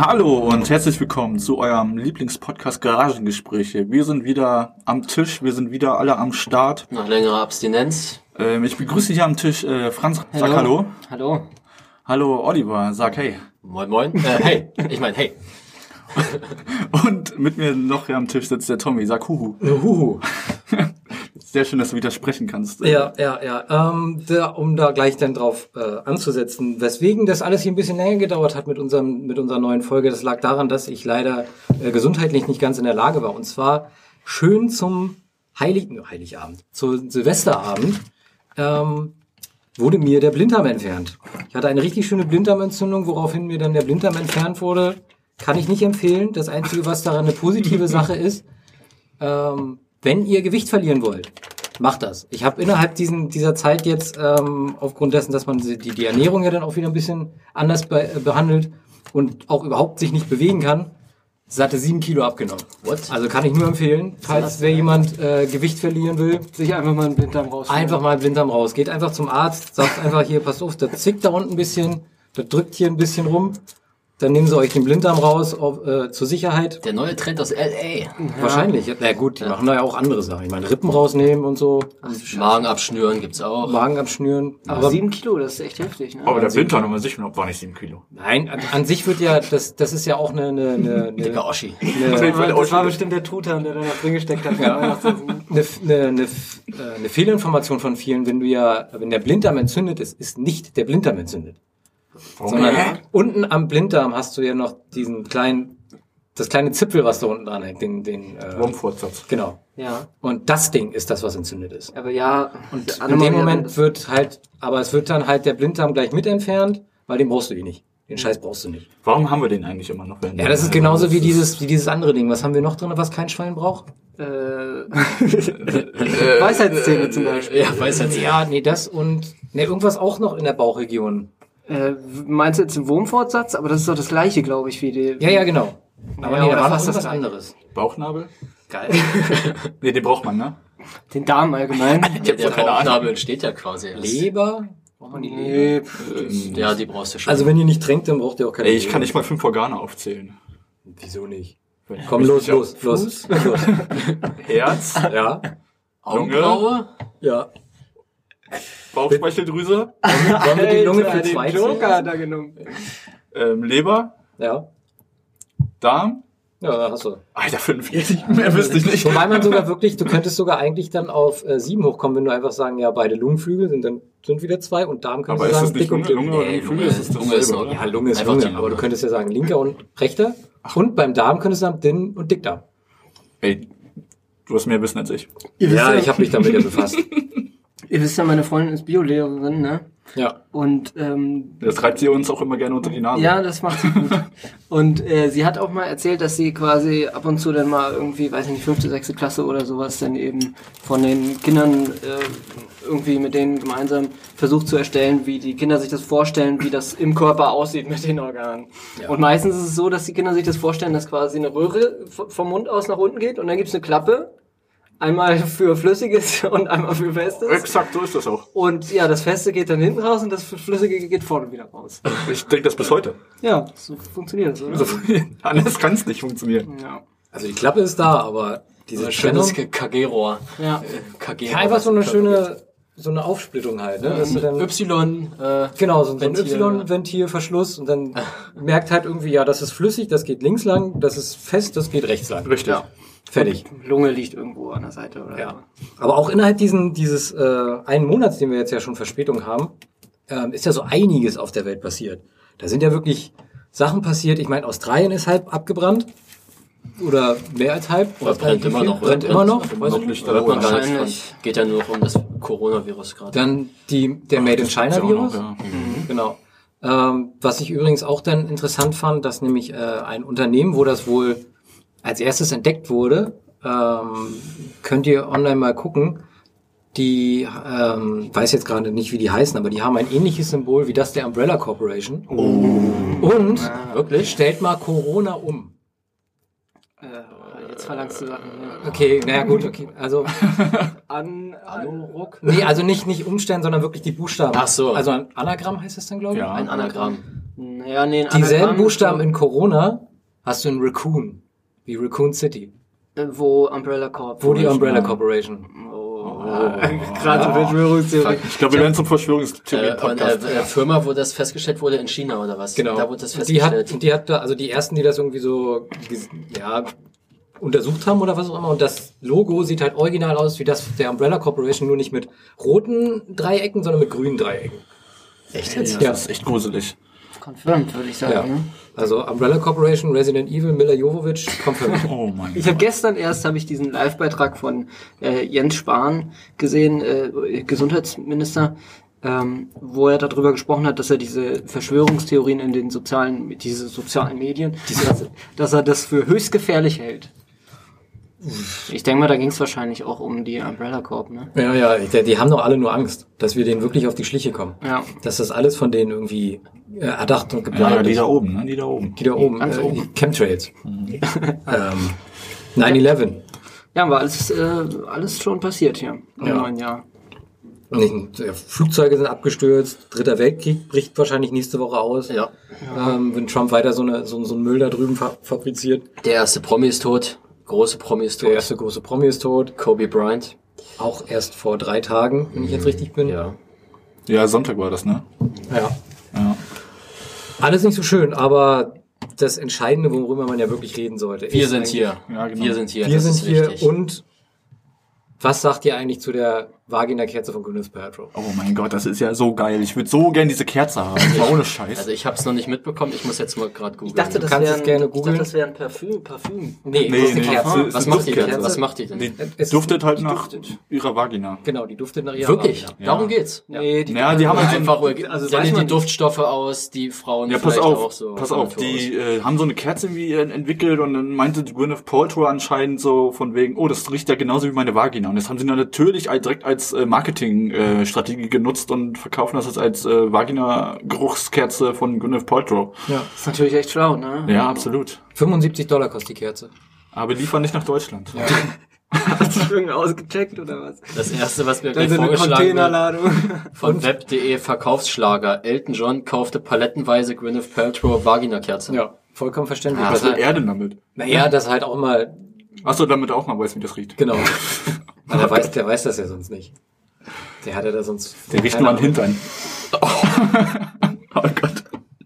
Hallo und herzlich willkommen zu eurem Lieblingspodcast Garagengespräche. Wir sind wieder am Tisch, wir sind wieder alle am Start. Nach längerer Abstinenz. Ich begrüße hier am Tisch Franz, sag hallo. Hallo. Hallo Oliver, sag hey. Moin moin. Hey, ich meine hey. Und mit mir noch hier am Tisch sitzt der Tommy, sag huhu. Huhu. Sehr schön, dass du wieder sprechen kannst. Ja. Um da gleich dann drauf anzusetzen, weswegen das alles hier ein bisschen länger gedauert hat mit unserer neuen Folge, das lag daran, dass ich leider gesundheitlich nicht ganz in der Lage war. Und zwar schön zum Heiligabend, zu Silvesterabend, wurde mir der Blinddarm entfernt. Ich hatte eine richtig schöne Blinddarmentzündung, woraufhin mir dann der Blinddarm entfernt wurde. Kann ich nicht empfehlen. Das Einzige, was daran eine positive Sache ist, wenn ihr Gewicht verlieren wollt, macht das. Ich habe innerhalb dieser Zeit jetzt, aufgrund dessen, dass man die Ernährung ja dann auch wieder ein bisschen anders behandelt und auch überhaupt sich nicht bewegen kann, satte 7 Kilo abgenommen. What? Also kann ich nur empfehlen, falls wer jemand Gewicht verlieren will, sich einfach mal einen Blinddarm raus. einfach mal einen Blinddarm raus. Geht einfach zum Arzt, sagt einfach hier, passt auf, das zickt da unten ein bisschen, das drückt hier ein bisschen rum. Dann nehmen sie euch den Blinddarm raus, zur Sicherheit. Der neue Trend aus L.A. Wahrscheinlich. Na gut, die machen da ja auch andere Sachen. Ich meine, Rippen rausnehmen und so. Magen abschnüren gibt's auch. Magen abschnüren. Aber 7 Kilo, das ist echt heftig. Ne? Aber der Blinddarm an sich war nicht 7 Kilo. Nein, an sich wird ja, das ist ja auch eine Dicker Oschi. Das war bestimmt der Truthahn, der da noch drin gesteckt hat. Ja. eine Fehlinformation von vielen, wenn der Blinddarm entzündet ist nicht der Blinddarm entzündet. Sondern unten am Blinddarm hast du ja noch das kleine Zipfel, was da unten dran hängt, den Wurmfortsatz. Genau. Ja. Und das Ding ist das, was entzündet ist. Aber ja. Und in dem Moment wird dann halt der Blinddarm gleich mit entfernt, weil den brauchst du nicht. Den Scheiß brauchst du nicht. Warum haben wir den eigentlich immer noch? Ja, das ist genauso wie dieses andere Ding. Was haben wir noch drin, was kein Schwein braucht? Weisheitszähne zum Beispiel. Ja, Weisheitszähne. Ja, nee, das und irgendwas auch noch in der Bauchregion. Meinst du jetzt einen Wurmfortsatz? Aber das ist doch das gleiche, glaube ich, wie die... Ja, genau. Aber Ja, nee, da oder war noch fast das was Gleiche. anderes. Bauchnabel? Geil. Nee, den braucht man, ne? Den Darm allgemein. Der Bauchnabel entsteht ja quasi. Leber? Braucht man die Leber? Ja, die brauchst du schon. Also wenn ihr nicht trinkt, dann braucht ihr auch keine Ey, ich Leber. kann nicht mal 5 Organe aufzählen. Wieso nicht? Wenn ich Komm, mich los. Herz, Ja. Augenbraue? Ja. Bauchspeicheldrüse, Wollen wir die Lunge für den 2 Joker zählen? hat er genommen. Leber, Ja. Darm. Ja, da hast du. Alter, 45, mehr wüsste ich nicht. Wobei man sogar wirklich, du könntest sogar eigentlich dann auf 7 hochkommen, wenn du einfach sagen, ja, beide Lungenflügel sind wieder 2 und Darm könntest Aber du ist sagen, das nicht dick und dünn. Lunge oder Nee, Lunge? Lunge Ist das Lunge ist dasselbe, noch- oder? Ja, Lunge ist Einfach Lunge, die Lunge. aber du könntest ja sagen, linker und rechter. Und beim Darm könntest du sagen, dünn und Dickdarm. Ey, du hast mehr Wissen als ich. Ja, ich habe mich damit ja befasst. Ihr wisst ja, meine Freundin ist Biolehrerin, ne? Ja. Und Das treibt sie uns auch immer gerne unter die Nase. ja, das macht sie gut. Und sie hat auch mal erzählt, dass sie quasi ab und zu dann mal irgendwie, weiß ich nicht, 5., 6. Klasse oder sowas dann eben von den Kindern irgendwie mit denen gemeinsam versucht zu erstellen, wie die Kinder sich das vorstellen, wie das im Körper aussieht mit den Organen. Ja. Und meistens ist es so, dass die Kinder sich das vorstellen, dass quasi eine Röhre vom Mund aus nach unten geht und dann gibt's eine Klappe. Einmal für Flüssiges und einmal für Festes. Exakt, so ist das auch. Und ja, das Feste geht dann hinten raus und das Flüssige geht vorne wieder raus. Ich denke das bis heute. Ja, so funktioniert das, oder? Anders kann es nicht funktionieren. Ja. Also die Klappe ist da, aber diese Trennung, Schönes KG-Rohr. Ja. KG-Rohr. ja, einfach so eine Aufsplittung halt, ne? Dass du dann, Y. genau, so ein Ventil. Y-Ventilverschluss und dann merkt halt irgendwie, ja, das ist flüssig, das geht links lang, das ist fest, das geht rechts lang. Richtig. Ja. Fertig. Lunge liegt irgendwo an der Seite, oder? Ja. Aber auch innerhalb dieses einen Monats, den wir jetzt ja schon Verspätung haben, ist ja so einiges auf der Welt passiert. Da sind ja wirklich Sachen passiert. Ich meine, Australien ist halb abgebrannt. Oder mehr als halb. Oder brennt immer noch. Brennt immer noch. Immer noch Lichter. Da hört man gar Wahrscheinlich. nicht. Geht ja nur um das Coronavirus gerade. Dann der Made in China Virus. Ja. Genau. Was ich übrigens auch dann interessant fand, dass nämlich ein Unternehmen, wo das wohl als erstes entdeckt wurde, könnt ihr online mal gucken, die, weiß jetzt gerade nicht, wie die heißen, aber die haben ein ähnliches Symbol wie das der Umbrella Corporation. Und wirklich, stellt mal Corona um. verlangst du Sachen. Ja. Okay, naja gut, okay. Also Anoruck? nee, also nicht umstellen, sondern wirklich die Buchstaben. Ach so. Also ein Anagramm heißt das dann, glaube ich? Ja. Ein Anagramm. Ja, nee, ein Dieselben Anagramm, Buchstaben in Corona hast du in Raccoon, wie Raccoon City, wo Umbrella Corp. wo die Umbrella Corporation. Gerade Verschwörungstheorie. Ich glaube, wir werden zum Verschwörungstheorie-Podcast. Firma, wo das festgestellt wurde in China oder was? Genau. Da wurde das Und die festgestellt. hat da, also die ersten, die das irgendwie so, untersucht haben oder was auch immer. Und das Logo sieht halt original aus wie das der Umbrella Corporation, nur nicht mit roten Dreiecken, sondern mit grünen Dreiecken. Echt jetzt? Ja. Das ist echt gruselig. Confirmed, würde ich sagen. Ja. Ne? Also Umbrella Corporation, Resident Evil, Mila Jovovich, confirmed. Oh mein Ich Gott. habe gestern erst diesen Live-Beitrag von Jens Spahn gesehen, Gesundheitsminister, wo er darüber gesprochen hat, dass er diese Verschwörungstheorien in den sozialen Medien, dass er das für höchst gefährlich hält. Ich denke mal, da ging es wahrscheinlich auch um die Umbrella Corp, ne? Ja, die haben doch alle nur Angst, dass wir denen wirklich auf die Schliche kommen. Ja. Dass das alles von denen irgendwie erdacht und geplant Ja, die ist. da oben, ne? Die da oben. Die da oben, Ganz oben. die Chemtrails. 9/11. Ja, war alles schon passiert hier im neuen Jahr. Flugzeuge sind abgestürzt, Dritter Weltkrieg bricht wahrscheinlich nächste Woche aus. Ja. Wenn Trump weiter so einen Müll da drüben fabriziert. Der erste Promi ist tot. Große Promi ist tot. Der erste große Promi ist tot. Kobe Bryant. Auch erst vor 3 Tagen, wenn ich jetzt richtig bin. Ja. Ja, Sonntag war das, ne? Ja. Ja. Alles nicht so schön, aber das Entscheidende, worüber man ja wirklich reden sollte, Wir ist sind eigentlich- hier. Ja, genau. Wir sind hier. Wir das sind ist hier wichtig. und was sagt ihr eigentlich zu der Vagina-Kerze von Gwyneth Paltrow? Oh mein Gott, das ist ja so geil. Ich würde so gern diese Kerze haben. Mal ohne Scheiß. Also ich habe es noch nicht mitbekommen. Ich muss jetzt mal gerade googeln. Ich dachte, das kannst es gerne googeln. wäre ein Parfüm. Nee, Nee, das ist eine nee, Kerze. das Was ist macht die denn? Duftkerze. Was macht die denn? Die Es duftet halt nach duftet. ihrer Vagina. Genau, die duftet nach ihrer Wirklich? Vagina. Darum geht's. Nee, Ja, die haben halt so Einfach also senden weiß die man- Duftstoffe aus, die Frauen Ja, pass vielleicht auf, auch so. pass auf. von Natur Die haben so eine Kerze irgendwie entwickelt und dann meinte die Gwyneth Paltrow anscheinend so von wegen, oh, das riecht ja genauso wie meine Vagina. Und das haben sie dann natürlich direkt als Marketingstrategie genutzt und verkaufen das jetzt als Vagina-Geruchskerze von Gwyneth Paltrow. Ja. Das ist natürlich echt schlau, ne? Ja, absolut. $75 kostet die Kerze. Aber liefern nicht nach Deutschland. Hast du irgendwie ausgecheckt oder was? Das erste, was mir Dann gleich so eine vorgeschlagen wird, Containerladung. von web.de Verkaufsschlager. Elton John kaufte palettenweise Gwyneth Paltrow Vagina-Kerze. Ja, vollkommen verständlich. Ja, Was Das will er denn damit? naja, das halt auch mal, Achso, damit er auch mal weiß, wie das riecht. genau. Weil der weiß das ja sonst nicht. Der hat ja da sonst... Der riecht nur an den Hintern. Oh Gott.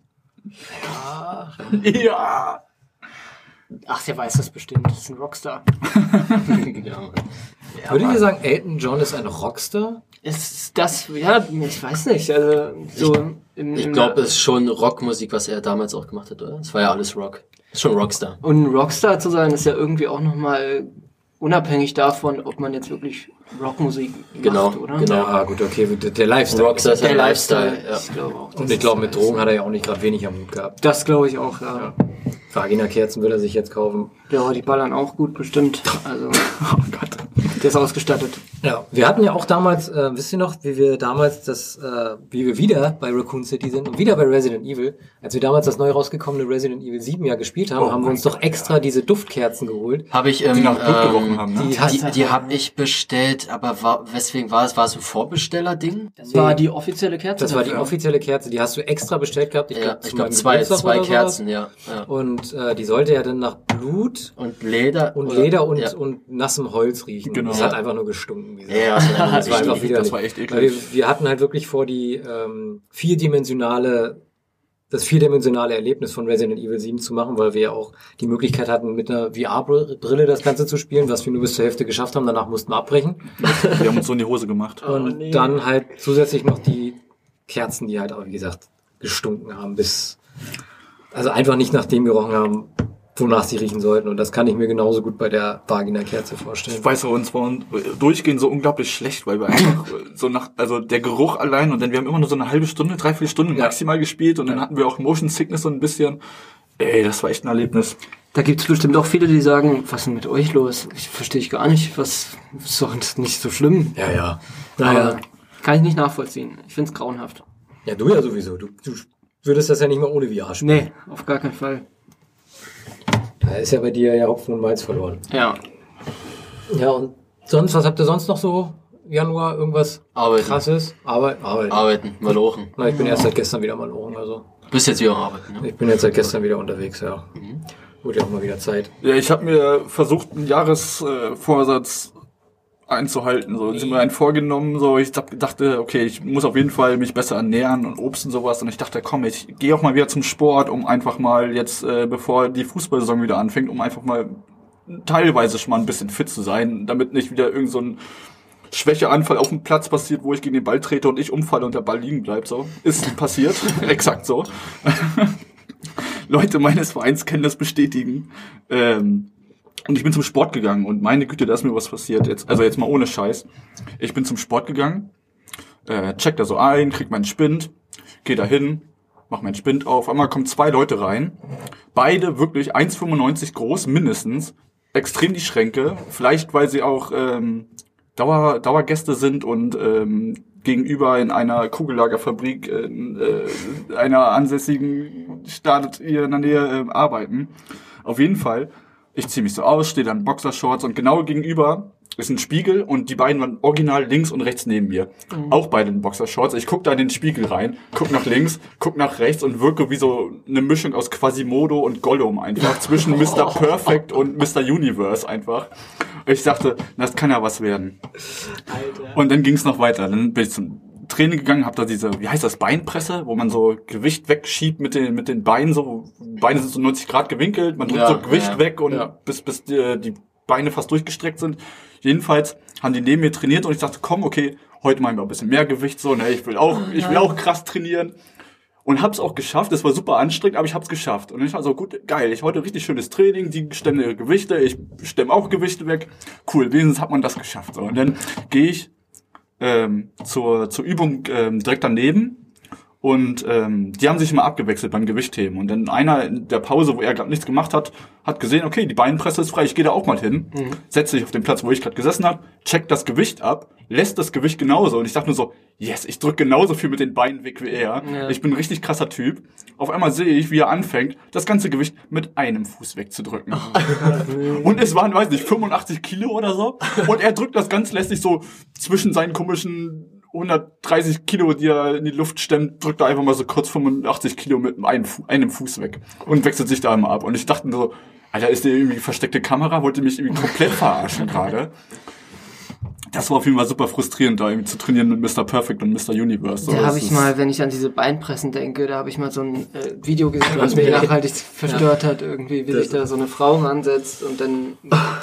Ja. Ach, der weiß das bestimmt. Das ist ein Rockstar. Ja, Mann. Würdet ihr sagen, Elton John ist ein Rockstar? Ist das, ja, ich weiß nicht. Also, so Ich glaube, es ist schon Rockmusik, was er damals auch gemacht hat, oder? Es war ja alles Rock. Ist schon Rockstar. Und ein Rockstar zu sein, ist ja irgendwie auch nochmal unabhängig davon, ob man jetzt wirklich Rockmusik Genau, macht, oder? genau. Ja, gut, okay, der Lifestyle. Rockstar ist Der ein Lifestyle. Lifestyle. Ja. Ich glaube auch. Und ich glaube, mit Drogen hat er ja auch nicht gerade wenig am Hut gehabt. Das glaube ich auch, ja. Vagina-Kerzen will er sich jetzt kaufen. Ja, die ballern auch gut, bestimmt. Also, Oh Gott. der ist ausgestattet. Ja, wir hatten ja auch damals, wisst ihr noch, wie wir damals wie wir wieder bei Raccoon City sind und wieder bei Resident Evil, als wir damals das neu rausgekommene Resident Evil 7 ja gespielt haben, haben wir uns doch extra diese Duftkerzen geholt. Habe ich Die nach Blut gerochen haben, ne? Die habe ich bestellt, aber weswegen war es? War es ein Vorbesteller-Ding? Das war die offizielle Kerze. Das war die dafür. offizielle Kerze, die hast du extra bestellt gehabt. Ja, ich zu glaube meinem zwei Geburtstag oder sowas. Kerzen, ja. Und die sollte ja dann nach Blut Und Leder. und oder- Leder und, ja. und nassem Holz riechen. Genau. Das hat einfach nur gestunken. Wie gesagt. Ja, das war Das war einfach echt widerlich. Das war echt eklig. Weil wir hatten halt wirklich vor, das vierdimensionale Erlebnis von Resident Evil 7 zu machen, weil wir ja auch die Möglichkeit hatten, mit einer VR-Brille das Ganze zu spielen, was wir nur bis zur Hälfte geschafft haben. Danach mussten wir abbrechen. Wir haben uns so in die Hose gemacht. Und dann halt zusätzlich noch die Kerzen, die halt auch, wie gesagt, gestunken haben, also einfach nicht nach dem gerochen haben, wonach sie riechen sollten. Und das kann ich mir genauso gut bei der Vagina-Kerze vorstellen. Ich weiß auch, uns war durchgehend so unglaublich schlecht, weil wir einfach also der Geruch allein und dann wir haben immer nur so eine halbe Stunde, 3-4 Stunden maximal gespielt und dann hatten wir auch Motion Sickness so ein bisschen. Ey, das war echt ein Erlebnis. Da gibt's bestimmt auch viele, die sagen, was ist denn mit euch los? Verstehe ich gar nicht. Was ist doch nicht so schlimm. Ja, ja. Aber Naja. kann ich nicht nachvollziehen. Ich find's grauenhaft. Ja, du ja sowieso. Du würdest das ja nicht mal ohne VR spielen. Nee, auf gar keinen Fall. Da ist ja bei dir ja Hopfen und Malz verloren. Ja. Ja, und sonst, was habt ihr sonst noch so? Januar, irgendwas Arbeiten. Krasses? Arbeiten, malochen. Na, ich bin erst seit gestern wieder malochen, also. Du bist jetzt wieder am Arbeiten, ne? Ich bin jetzt seit gestern wieder unterwegs, ja. Wurde ja auch mal wieder Zeit. Ja, ich habe mir versucht, einen Jahresvorsatz einzuhalten. So, ich habe mir einen vorgenommen. So, ich dachte, okay, ich muss auf jeden Fall mich besser ernähren und Obst und sowas. Und ich dachte, komm, ich gehe auch mal wieder zum Sport, um einfach mal jetzt, bevor die Fußballsaison wieder anfängt, um einfach mal teilweise schon mal ein bisschen fit zu sein, damit nicht wieder irgend so ein Schwächeanfall auf dem Platz passiert, wo ich gegen den Ball trete und ich umfalle und der Ball liegen bleibt. So ist passiert, exakt so. Leute meines Vereins können das bestätigen. Und ich bin zum Sport gegangen und meine Güte, da ist mir was passiert. Jetzt mal ohne Scheiß. Ich bin zum Sport gegangen, check da so ein, krieg meinen Spind, geh da hin, mach meinen Spind auf. Einmal kommen 2 Leute rein, beide wirklich 1,95 groß, mindestens, extrem die Schränke. Vielleicht, weil sie auch Dauergäste sind und gegenüber in einer Kugellagerfabrik einer ansässigen Stadt hier in der Nähe arbeiten. Auf jeden Fall, ich ziehe mich so aus, stehe dann in Boxershorts und genau gegenüber ist ein Spiegel und die beiden waren original links und rechts neben mir. Auch beide in Boxershorts. Ich guck da in den Spiegel rein, guck nach links, guck nach rechts und wirke wie so eine Mischung aus Quasimodo und Gollum einfach. Zwischen Mr. Perfect und Mr. Universe einfach. Ich dachte, das kann ja was werden. Alter. Und dann ging es noch weiter. Dann bin ich zum Training gegangen, hab da diese, wie heißt das, Beinpresse, wo man so Gewicht wegschiebt mit den Beinen, so Beine sind so 90 Grad gewinkelt, man drückt so Gewicht weg und bis die Beine fast durchgestreckt sind. Jedenfalls haben die neben mir trainiert und ich dachte, komm, okay, heute machen wir ein bisschen mehr Gewicht, so, ne, ich will auch krass trainieren. Und hab's auch geschafft, es war super anstrengend, aber ich hab's geschafft. Und ich war so, gut, geil, ich heute richtig schönes Training, die stemmen ihre Gewichte, ich stemme auch Gewichte weg. Cool, wenigstens hat man das geschafft. So. Und dann gehe ich zur Übung direkt daneben und die haben sich immer abgewechselt beim Gewichtheben. Und dann einer in der Pause, wo er gerade nichts gemacht hat, hat gesehen, okay, die Beinpresse ist frei, ich gehe da auch mal hin, setze sich auf den Platz, wo ich gerade gesessen habe, checkt das Gewicht ab, lässt das Gewicht genauso. Und ich dachte nur so, yes, ich drücke genauso viel mit den Beinen weg wie er. Ja. Ich bin ein richtig krasser Typ. Auf einmal sehe ich, wie er anfängt, das ganze Gewicht mit einem Fuß wegzudrücken. Und es waren, weiß nicht, 85 Kilo oder so. Und er drückt das Ganze, lässt sich so zwischen seinen komischen 130 Kilo, die er in die Luft stemmt, drückt er einfach mal so kurz 85 Kilo mit einem Fuß weg und wechselt sich da immer ab. Und ich dachte mir so, Alter, ist der irgendwie versteckte Kamera? Wollte mich irgendwie komplett verarschen gerade. Das war auf jeden Fall super frustrierend, da irgendwie zu trainieren mit Mr. Perfect und Mr. Universe. So, da habe ich mal, wenn ich an diese Beinpressen denke, da habe ich mal so ein Video gesehen, was mich nachhaltig verstört hat, irgendwie, wie sich da so eine Frau ansetzt und dann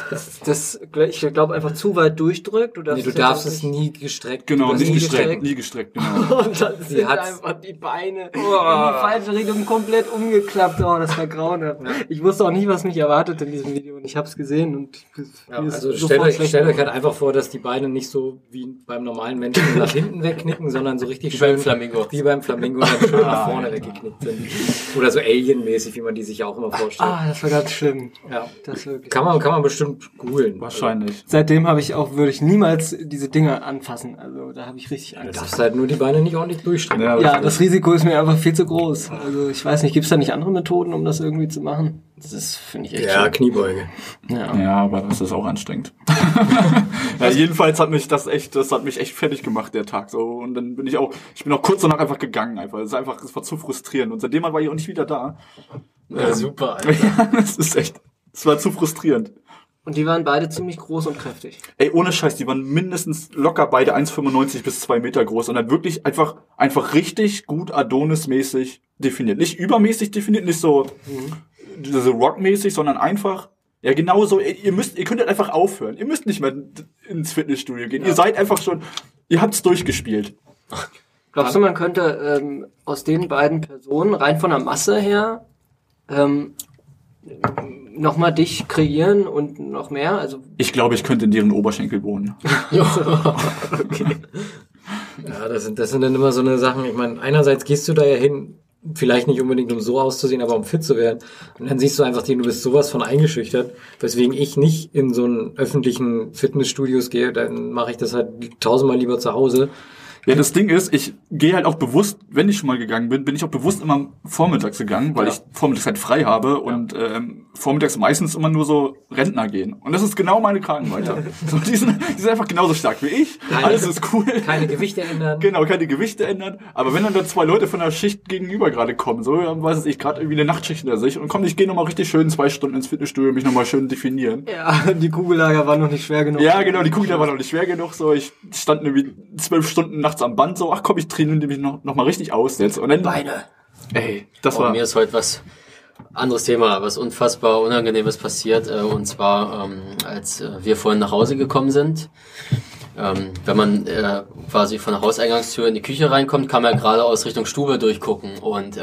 ich glaube, einfach zu weit durchdrückt. Du darfst es nie gestreckt. Genau, nie gestreckt, genau. Und dann sind einfach die Beine in die falsche Richtung komplett umgeklappt. Oh, das war grauenhaft. Ja. Ich wusste auch nicht, was mich erwartet in diesem Video und ich habe es gesehen. Und also stellt euch halt einfach vor, dass die Beine nicht so wie beim normalen Menschen nach hinten wegknicken, sondern so richtig wie schön beim Flamingo. Wie beim Flamingo dann schön nach vorne weggeknickt sind. Oder so Alien-mäßig, wie man die sich ja auch immer vorstellt. Das war ganz schlimm. Ja, das wirklich. Kann man bestimmt googeln. Wahrscheinlich. Seitdem würde ich niemals diese Dinger anfassen. Also da habe ich richtig Angst. Du darfst halt nur die Beine nicht ordentlich durchstrecken. Ja, das Risiko ist mir einfach viel zu groß. Also ich weiß nicht, gibt's da nicht andere Methoden, um das irgendwie zu machen? Das finde ich echt schön. Kniebeuge. Ja, aber das ist auch anstrengend. Ja, jedenfalls hat mich das hat mich echt fertig gemacht, der Tag, so. Und dann bin ich auch kurz danach einfach gegangen, einfach. Es war zu frustrierend. Und seitdem war ich auch nicht wieder da. Ja, super, Alter. Ja, es war zu frustrierend. Und die waren beide ziemlich groß und kräftig. Ey, ohne Scheiß, die waren mindestens locker beide 1,95 bis 2 Meter groß und dann wirklich einfach richtig gut Adonis-mäßig definiert. Nicht übermäßig definiert, nicht so rockmäßig, sondern einfach, ja genauso, ihr könnt halt einfach aufhören. Ihr müsst nicht mehr ins Fitnessstudio gehen. Ja. Ihr seid einfach schon, ihr habt's durchgespielt. Glaubst du, man könnte aus den beiden Personen rein von der Masse her nochmal dich kreieren und noch mehr? Also ich glaube, ich könnte in deren Oberschenkel wohnen. Okay. Ja, das sind dann immer so eine Sachen. Ich meine, einerseits gehst du da ja hin, vielleicht nicht unbedingt um so auszusehen, aber um fit zu werden. Und dann siehst du einfach, du bist sowas von eingeschüchtert, weswegen ich nicht in so einen öffentlichen Fitnessstudios gehe. Dann mache ich das halt 1000-mal lieber zu Hause. Ja, das Ding ist, ich gehe halt auch bewusst, wenn ich schon mal gegangen bin, ich auch bewusst immer vormittags gegangen, weil ich vormittags halt frei habe und vormittags meistens immer nur so Rentner gehen. Und das ist genau meine Kragenweite. So, die sind einfach genauso stark wie ich. Alles ist cool. Keine Gewichte ändern. Genau, keine Gewichte ändern. Aber wenn dann da 2 Leute von der Schicht gegenüber gerade kommen, so, dann weiß ich gerade irgendwie eine Nachtschicht hinter sich und komm, ich gehe nochmal richtig schön 2 Stunden ins Fitnessstudio, mich nochmal schön definieren. Ja, die Kugellager waren noch nicht schwer genug. Ja, genau, die Kugellager war noch nicht schwer genug, so, ich stand irgendwie 12 Stunden nachts am Band, so, ach komm, ich trainiere mich noch mal richtig aus jetzt. Und dann, Beine. Ey, das war... Mir ist heute was anderes Thema, was unfassbar Unangenehmes passiert, und zwar, als wir vorhin nach Hause gekommen sind. Wenn man quasi von der Hauseingangstür in die Küche reinkommt, kann man ja gerade aus Richtung Stube durchgucken und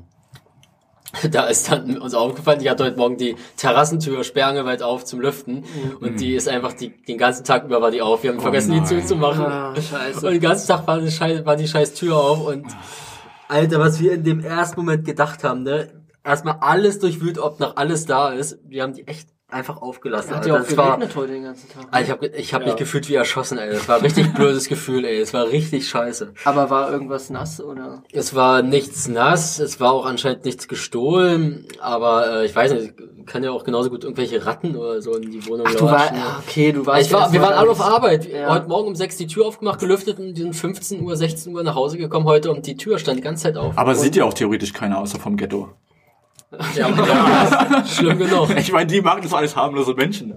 da ist dann uns aufgefallen, ich hatte heute Morgen die Terrassentür sperrangelweit auf zum Lüften und die ist einfach den ganzen Tag über war die auf. Wir haben vergessen, die zuzumachen. Ah, scheiße. Und den ganzen Tag war die scheiß Tür auf und Alter, was wir in dem ersten Moment gedacht haben, ne? Erstmal alles durchwühlt, ob noch alles da ist. Wir haben die echt einfach aufgelassen. Hat ja auch geregnet heute den ganzen Tag. Alter, ich hab mich gefühlt wie erschossen, ey. Das war ein richtig blödes Gefühl, ey. Es war richtig scheiße. Aber war irgendwas nass, oder? Es war nichts nass, es war auch anscheinend nichts gestohlen, aber ich weiß nicht, kann ja auch genauso gut irgendwelche Ratten oder so in die Wohnung du warst, du warst... Wir waren alle auf Arbeit. Ja. Heute Morgen um 6 die Tür aufgemacht, gelüftet und die sind 15 Uhr, 16 Uhr nach Hause gekommen heute und die Tür stand die ganze Zeit auf. Aber sieht ja auch theoretisch keiner außer vom Ghetto. Ja, aber schlimm genug. Ich meine, die machen das alles harmlose Menschen.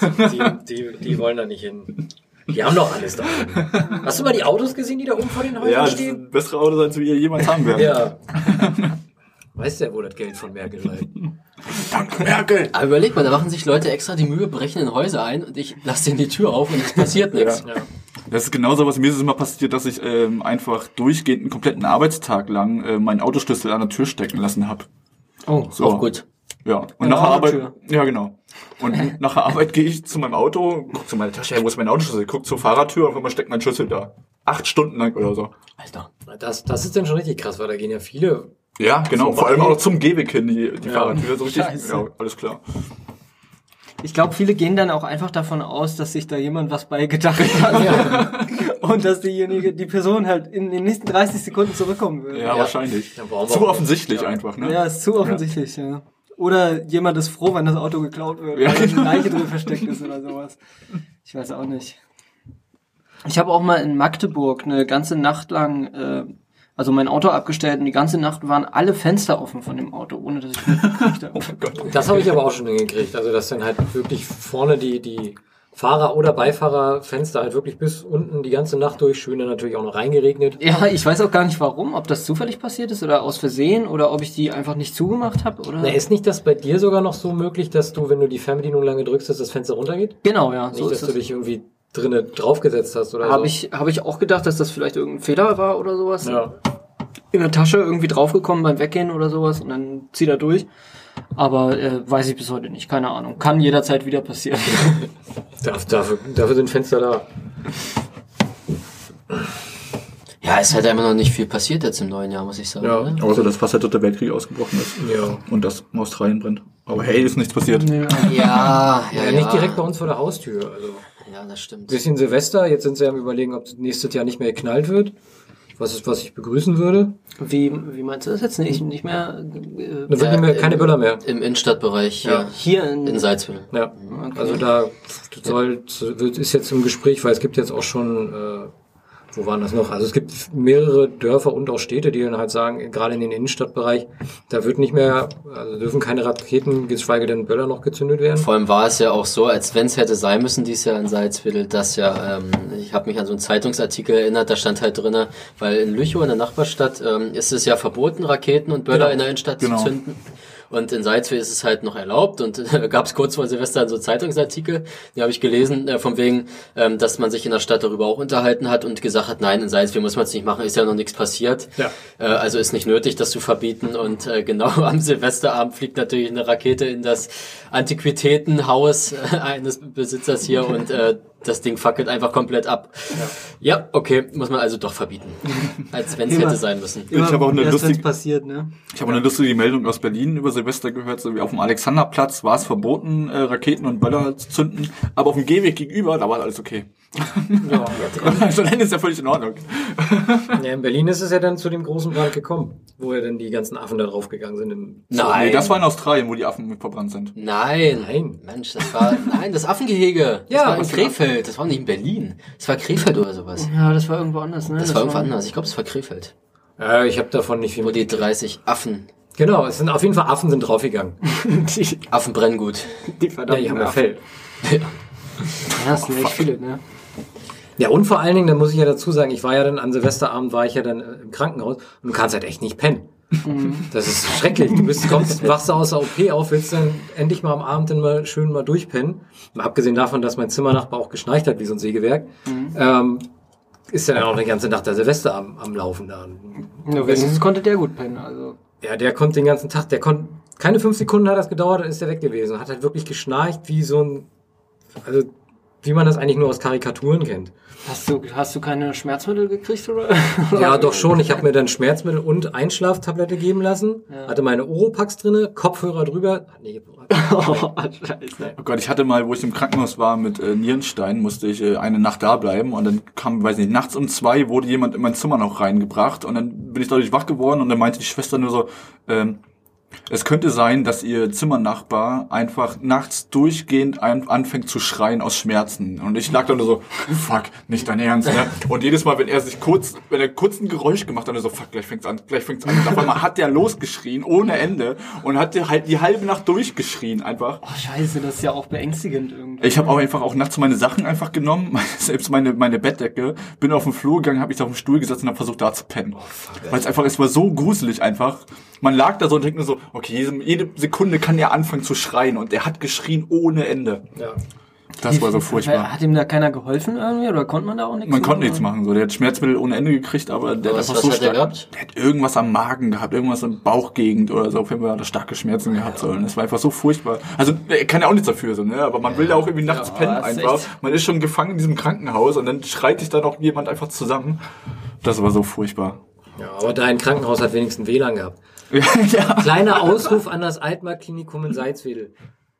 Die wollen da nicht hin. Die haben doch alles da oben. Hast du mal die Autos gesehen, die da oben vor den Häusern Ja, das stehen? sind bessere Autos, als wir jemals haben werden. Ja. Weißt du ja, wo das Geld von Merkel bleibt? Danke, Merkel! Aber überleg mal, da machen sich Leute extra die Mühe, brechen in Häuser ein und ich lasse denen die Tür auf und es passiert nichts. Ja. Das ist genauso, was mir ist es immer passiert, dass ich einfach durchgehend einen kompletten Arbeitstag lang meinen Autoschlüssel an der Tür stecken lassen habe. Oh, so. Auch gut. Ja, und nach der Arbeit, ja genau. Und nach der Arbeit gehe ich zu meinem Auto, guck zu meiner Tasche, hey, wo ist mein Autoschlüssel? Guck zur Fahrradtür und auf einmal steckt mein Schlüssel da. 8 Stunden lang oder so. Alter. Das ist dann schon richtig krass, weil da gehen ja viele. Ja, genau, vor allem auch zum Gehweg hin, die Fahrradtür, so richtig. Scheiße. Ja, alles klar. Ich glaube, viele gehen dann auch einfach davon aus, dass sich da jemand was bei gedacht hat. Ja. Und dass die Person halt in den nächsten 30 Sekunden zurückkommen würde. Ja, wahrscheinlich. Ja, zu offensichtlich einfach, ne? Ja, ist zu offensichtlich, ja. Oder jemand ist froh, wenn das Auto geklaut wird, weil eine Leiche drin versteckt ist oder sowas. Ich weiß auch nicht. Ich habe auch mal in Magdeburg eine ganze Nacht lang also mein Auto abgestellt und die ganze Nacht waren alle Fenster offen von dem Auto, ohne dass ich mitgekriegt habe. Oh Gott. Das habe ich aber auch schon hingekriegt. Also dass dann halt wirklich vorne die Fahrer- oder Beifahrerfenster halt wirklich bis unten die ganze Nacht durch, schön dann natürlich auch noch reingeregnet. Ja, ich weiß auch gar nicht warum, ob das zufällig passiert ist oder aus Versehen oder ob ich die einfach nicht zugemacht habe. Oder? Na, ist nicht das bei dir sogar noch so möglich, dass du, wenn du die Fernbedienung lange drückst, dass das Fenster runtergeht? Genau, ja. Nicht, So dass ist du es. dich irgendwie drinnen draufgesetzt hast oder Habe so? ich auch gedacht, dass das vielleicht irgendein Fehler war oder sowas. Ja. In der Tasche irgendwie draufgekommen beim Weggehen oder sowas und dann zieht er durch. Aber weiß ich bis heute nicht, keine Ahnung. Kann jederzeit wieder passieren. Dafür sind Fenster da. Ja, es hat einfach noch nicht viel passiert jetzt im neuen Jahr, muss ich sagen. Ja. Ne? Außer, dass fast der 3. Weltkrieg ausgebrochen ist. Ja. Und das Australien brennt. Aber hey, ist nichts passiert. Ja, Nicht direkt bei uns vor der Haustür. Also Ja, das stimmt. bisschen Silvester, jetzt sind sie am Überlegen, ob nächstes Jahr nicht mehr geknallt wird. Was ich begrüßen würde. Wie meinst du das jetzt? Nicht mehr? Da wird nicht mehr, keine Böller mehr. Im Innenstadtbereich Hier in Salzwedel. Ja. Okay. Also da ist jetzt im Gespräch, weil es gibt jetzt auch schon, wo waren das noch? Also es gibt mehrere Dörfer und auch Städte, die dann halt sagen, gerade in den Innenstadtbereich, da wird nicht mehr, also dürfen keine Raketen, geschweige denn Böller noch gezündet werden. Vor allem war es ja auch so, als wenn es hätte sein müssen dieses Jahr in Salzwedel, dass ja, ich habe mich an so einen Zeitungsartikel erinnert, da stand halt drinne, weil in Lüchow, in der Nachbarstadt, ist es ja verboten, Raketen und Böller in der Innenstadt zu zünden. Und in Salzwedel ist es halt noch erlaubt und gab es kurz vor Silvester so Zeitungsartikel, die habe ich gelesen, von wegen, dass man sich in der Stadt darüber auch unterhalten hat und gesagt hat, nein, in Salzwedel muss man es nicht machen, ist ja noch nichts passiert. Ja. Also ist nicht nötig, das zu verbieten und genau am Silvesterabend fliegt natürlich eine Rakete in das Antiquitätenhaus eines Besitzers hier und das Ding fackelt einfach komplett ab. Ja, okay, muss man also doch verbieten. Als wenn es hätte sein müssen. Ich habe auch eine lustige passiert, ne? Ich habe eine lustige Meldung aus Berlin über Silvester gehört, so wie auf dem Alexanderplatz war es verboten, Raketen und Böller zu zünden, aber auf dem Gehweg gegenüber, da war alles okay. Ja. So nennen ist ja völlig in Ordnung. Ja, in Berlin ist es ja dann zu dem großen Brand gekommen, wo ja dann die ganzen Affen da draufgegangen sind. Nein. Nee, das war in Australien, wo die Affen mit verbrannt sind. Nein. Mensch, das Affengehege. Das war in Krefeld. Das war nicht in Berlin. Das war Krefeld oder sowas. Ja, das war irgendwo anders, ne? Das war irgendwo anders. Ich glaube, es war Krefeld. Ich habe davon nicht viel Wo die 30 Affen. Genau, es sind auf jeden Fall Affen sind draufgegangen. Die Affen brennen gut. Ja, die haben ja Fell. Ja, das sind echt viele, ne? Ja, und vor allen Dingen, da muss ich ja dazu sagen, ich war ja dann an Silvesterabend, war ich ja dann im Krankenhaus und du kannst halt echt nicht pennen. Das ist schrecklich. Du wachst aus der OP auf, willst dann endlich mal am Abend dann mal schön mal durchpennen. Mal abgesehen davon, dass mein Zimmernachbar auch geschnarcht hat wie so ein Sägewerk, ist ja dann auch die ganze Nacht der Silvester am Laufen da. Ja, wenigstens konnte der gut pennen, also. Ja, der konnte den ganzen Tag, keine 5 Sekunden hat das gedauert, dann ist der weg gewesen. Hat halt wirklich geschnarcht wie so ein, also wie man das eigentlich nur aus Karikaturen kennt. Hast du keine Schmerzmittel gekriegt, oder? Ja, doch schon. Ich habe mir dann Schmerzmittel und Einschlaftablette geben lassen. Ja. Hatte meine Oropax drinne, Kopfhörer drüber. Nee, Scheiße. Oh Gott, ich hatte mal, wo ich im Krankenhaus war mit Nierenstein, musste ich eine Nacht da bleiben und dann kam, weiß nicht, nachts um 2 wurde jemand in mein Zimmer noch reingebracht und dann bin ich dadurch wach geworden und dann meinte die Schwester nur so, es könnte sein, dass ihr Zimmernachbar einfach nachts durchgehend anfängt zu schreien aus Schmerzen. Und ich lag da nur so, fuck, nicht dein Ernst, ne? Und jedes Mal, wenn er kurz ein Geräusch gemacht hat, dann so, fuck, gleich fängt's an. Und auf einmal hat der losgeschrien, ohne Ende. Und hat der halt die halbe Nacht durchgeschrien, einfach. Oh, scheiße, das ist ja auch beängstigend irgendwie. Ich habe auch einfach auch nachts meine Sachen einfach genommen, selbst meine Bettdecke, bin auf den Flur gegangen, habe mich da auf den Stuhl gesetzt und habe versucht, da zu pennen. Weil es war so gruselig einfach. Man lag da so und denkt nur so, okay, jede Sekunde kann er anfangen zu schreien und er hat geschrien ohne Ende. Ja. Das war so furchtbar. Hat ihm da keiner geholfen irgendwie oder konnte man da auch nichts Man konnte nichts machen, so. Der hat Schmerzmittel ohne Ende gekriegt, aber der Was hat einfach so hat der stark, gehabt? der hat irgendwas am Magen gehabt, irgendwas in Bauchgegend oder so. Auf jeden Fall hat er starke Schmerzen gehabt, so. Und das war einfach so furchtbar. Also, er kann ja auch nichts dafür, so, ne, aber man will da auch irgendwie nachts pennen einfach. Man ist schon gefangen in diesem Krankenhaus und dann schreit sich da noch jemand einfach zusammen. Das war so furchtbar. Ja, aber dein Krankenhaus hat wenigstens WLAN gehabt. Ja. Kleiner Ausruf an das Altmark-Klinikum in Salzwedel.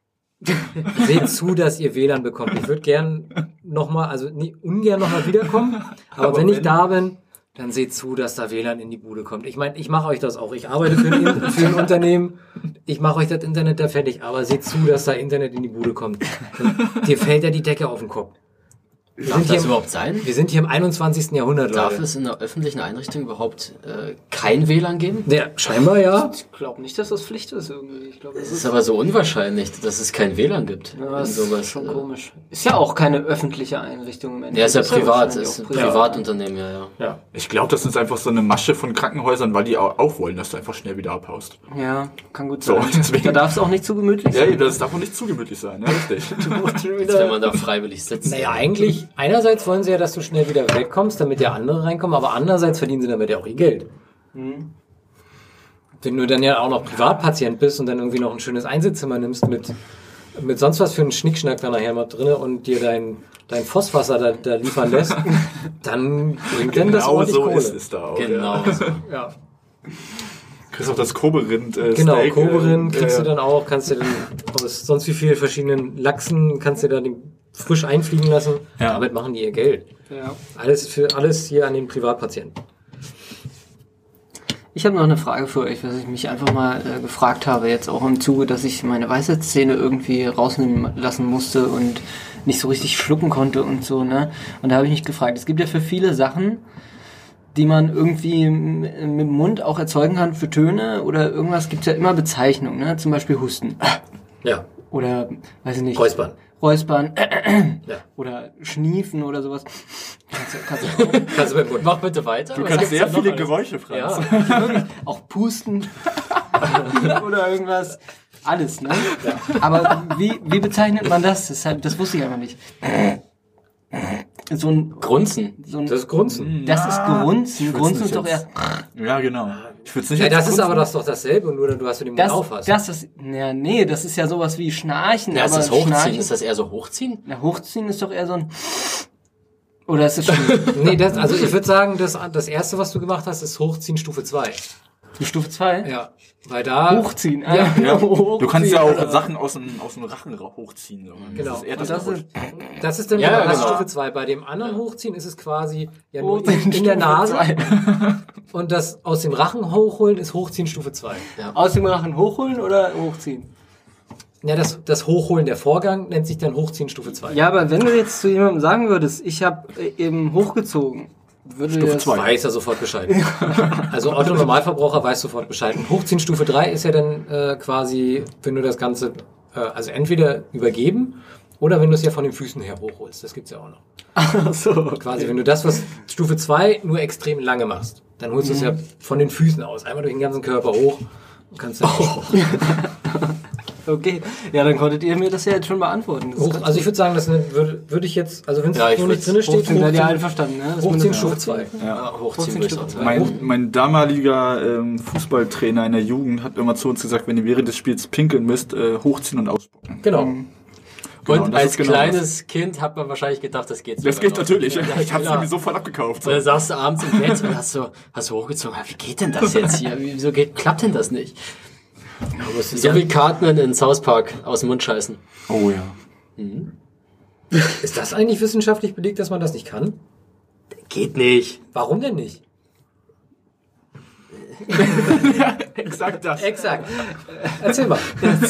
Seht zu, dass ihr WLAN bekommt. Ich würde gern ungern nochmal wiederkommen, aber wenn ich da bin, dann seht zu, dass da WLAN in die Bude kommt. Ich meine, ich mache euch das auch. Ich arbeite für ein Unternehmen. Ich mache euch das Internet da fertig, aber seht zu, dass da Internet in die Bude kommt. Dir fällt ja die Decke auf den Kopf. Darf das überhaupt sein? Wir sind hier im 21. Jahrhundert, Leute. Darf es in einer öffentlichen Einrichtung überhaupt kein WLAN geben? Ja, scheinbar ja. Ich glaube nicht, dass das Pflicht ist irgendwie. Ich glaube, das ist aber so unwahrscheinlich, dass es kein WLAN gibt. Ja, das ist schon komisch. Ist ja auch keine öffentliche Einrichtung im Endeffekt. Ja, ist ja privat. Ist ein Privatunternehmen, ja. Ich glaube, das ist einfach so eine Masche von Krankenhäusern, weil die auch wollen, dass du einfach schnell wieder abhaust. Ja, kann gut sein. So, deswegen, da darf es auch nicht zu gemütlich sein. Ja, das darf auch nicht zu gemütlich sein, ja, richtig. Wenn man da freiwillig sitzt. Naja, eigentlich, einerseits wollen sie ja, dass du schnell wieder wegkommst, damit ja andere reinkommen, aber andererseits verdienen sie damit ja auch ihr Geld. Mhm. Wenn du dann ja auch noch Privatpatient bist und dann irgendwie noch ein schönes Einzelzimmer nimmst mit sonst was für einen Schnickschnack da nachher mal drin und dir dein Fosswasser da liefern lässt, dann bringt denn das ordentlich so Kohle. Ist es da auch. Genau. Ja. So. Ja. Kriegst auch das Koberind Genau, Steak, Koberind kriegst du dann auch, kannst du dann aus sonst wie vielen verschiedenen Lachsen, kannst du dann frisch einfliegen lassen. Ja. Damit machen die ihr Geld. Ja. Alles hier an den Privatpatienten. Ich habe noch eine Frage für euch, was ich mich einfach mal gefragt habe, jetzt auch im Zuge, dass ich meine Weisheitszähne irgendwie rausnehmen lassen musste und nicht so richtig schlucken konnte und so, ne? Und da habe ich mich gefragt, es gibt ja für viele Sachen, die man irgendwie mit dem Mund auch erzeugen kann für Töne oder irgendwas, gibt's ja immer Bezeichnungen, ne? Zum Beispiel Husten. Ja. Oder, weiß ich nicht. Räuspern. Ja. Oder Schniefen oder sowas. Kannst du mit dem Mund. Mach bitte weiter. Du kannst sehr viele Geräusche, Franz. Ja. Auch pusten. Oder irgendwas. Alles, ne? Ja. Aber wie bezeichnet man das? Das wusste ich einfach nicht. So ein Grunzen. Das ist Grunzen. Das ist Grunzen. Grunzen ist doch eher. Ja, genau. Ich würde es nicht. Ja, das ist aber doch dasselbe, nur dass du den Mund auf hast. Das ist ja sowas wie Schnarchen. Ja, ist aber das Hochziehen? Schnarchen, Ist das eher so Hochziehen? Na, Hochziehen ist doch eher so ein. Oder ist das schon. Nee, also ich würde sagen, das erste, was du gemacht hast, ist Hochziehen Stufe 2. Die Stufe 2? Ja. Weil da... Hochziehen. Ja. Du kannst ja auch Sachen aus dem Rachen hochziehen. So. Genau. Das ist eher Und Das ist dann Ja, das genau. Stufe 2. Bei dem anderen Hochziehen ist es quasi ja nur Hochziehen in der Stufe Nase. 2. Und das aus dem Rachen hochholen ist Hochziehen Stufe 2. Aus dem Rachen hochholen oder hochziehen? Ja, das Hochholen, der Vorgang, nennt sich dann Hochziehen Stufe 2. Ja, aber wenn du jetzt zu jemandem sagen würdest, ich habe eben hochgezogen, würde Stufe das... 2. Weiß er sofort Bescheid. Also Otto Normalverbraucher weiß sofort Bescheid. Und Hochziehen Stufe 3 ist ja dann quasi, wenn du das Ganze, also entweder übergeben oder wenn du es ja von den Füßen her hochholst. Das gibt's ja auch noch. Ach so. Quasi, wenn du das, was Stufe 2 nur extrem lange machst, dann holst du es ja von den Füßen aus. Einmal durch den ganzen Körper hoch und kannst dann Okay, ja, dann konntet ihr mir das ja jetzt schon beantworten. Das ist also ich würde sagen, das würde ich jetzt, also wenn es Ja, ich so nicht würd's drin steht, Hochziehen seid ihr einverstanden, ne? Das Hochziehen muss- Stufe 2. Ja, hochziehen würde ich auch sagen. Mein damaliger Fußballtrainer in der Jugend hat immer zu uns gesagt, wenn ihr während des Spiels pinkeln müsst, hochziehen und ausspucken. Genau. Genau, Und das als ist genau kleines Kind hat man wahrscheinlich gedacht, das geht so. Das geht natürlich. Ja, Ich hab's klar. irgendwie sofort abgekauft. So, dann saßt du abends im Bett und hast du hochgezogen. Wie geht denn das jetzt hier? Wieso klappt denn das nicht? So wie Cartman in South Park aus dem Mund scheißen. Oh ja. Ist das eigentlich wissenschaftlich belegt, dass man das nicht kann? Geht nicht. Warum denn nicht? Exakt das. Exakt. Erzähl mal.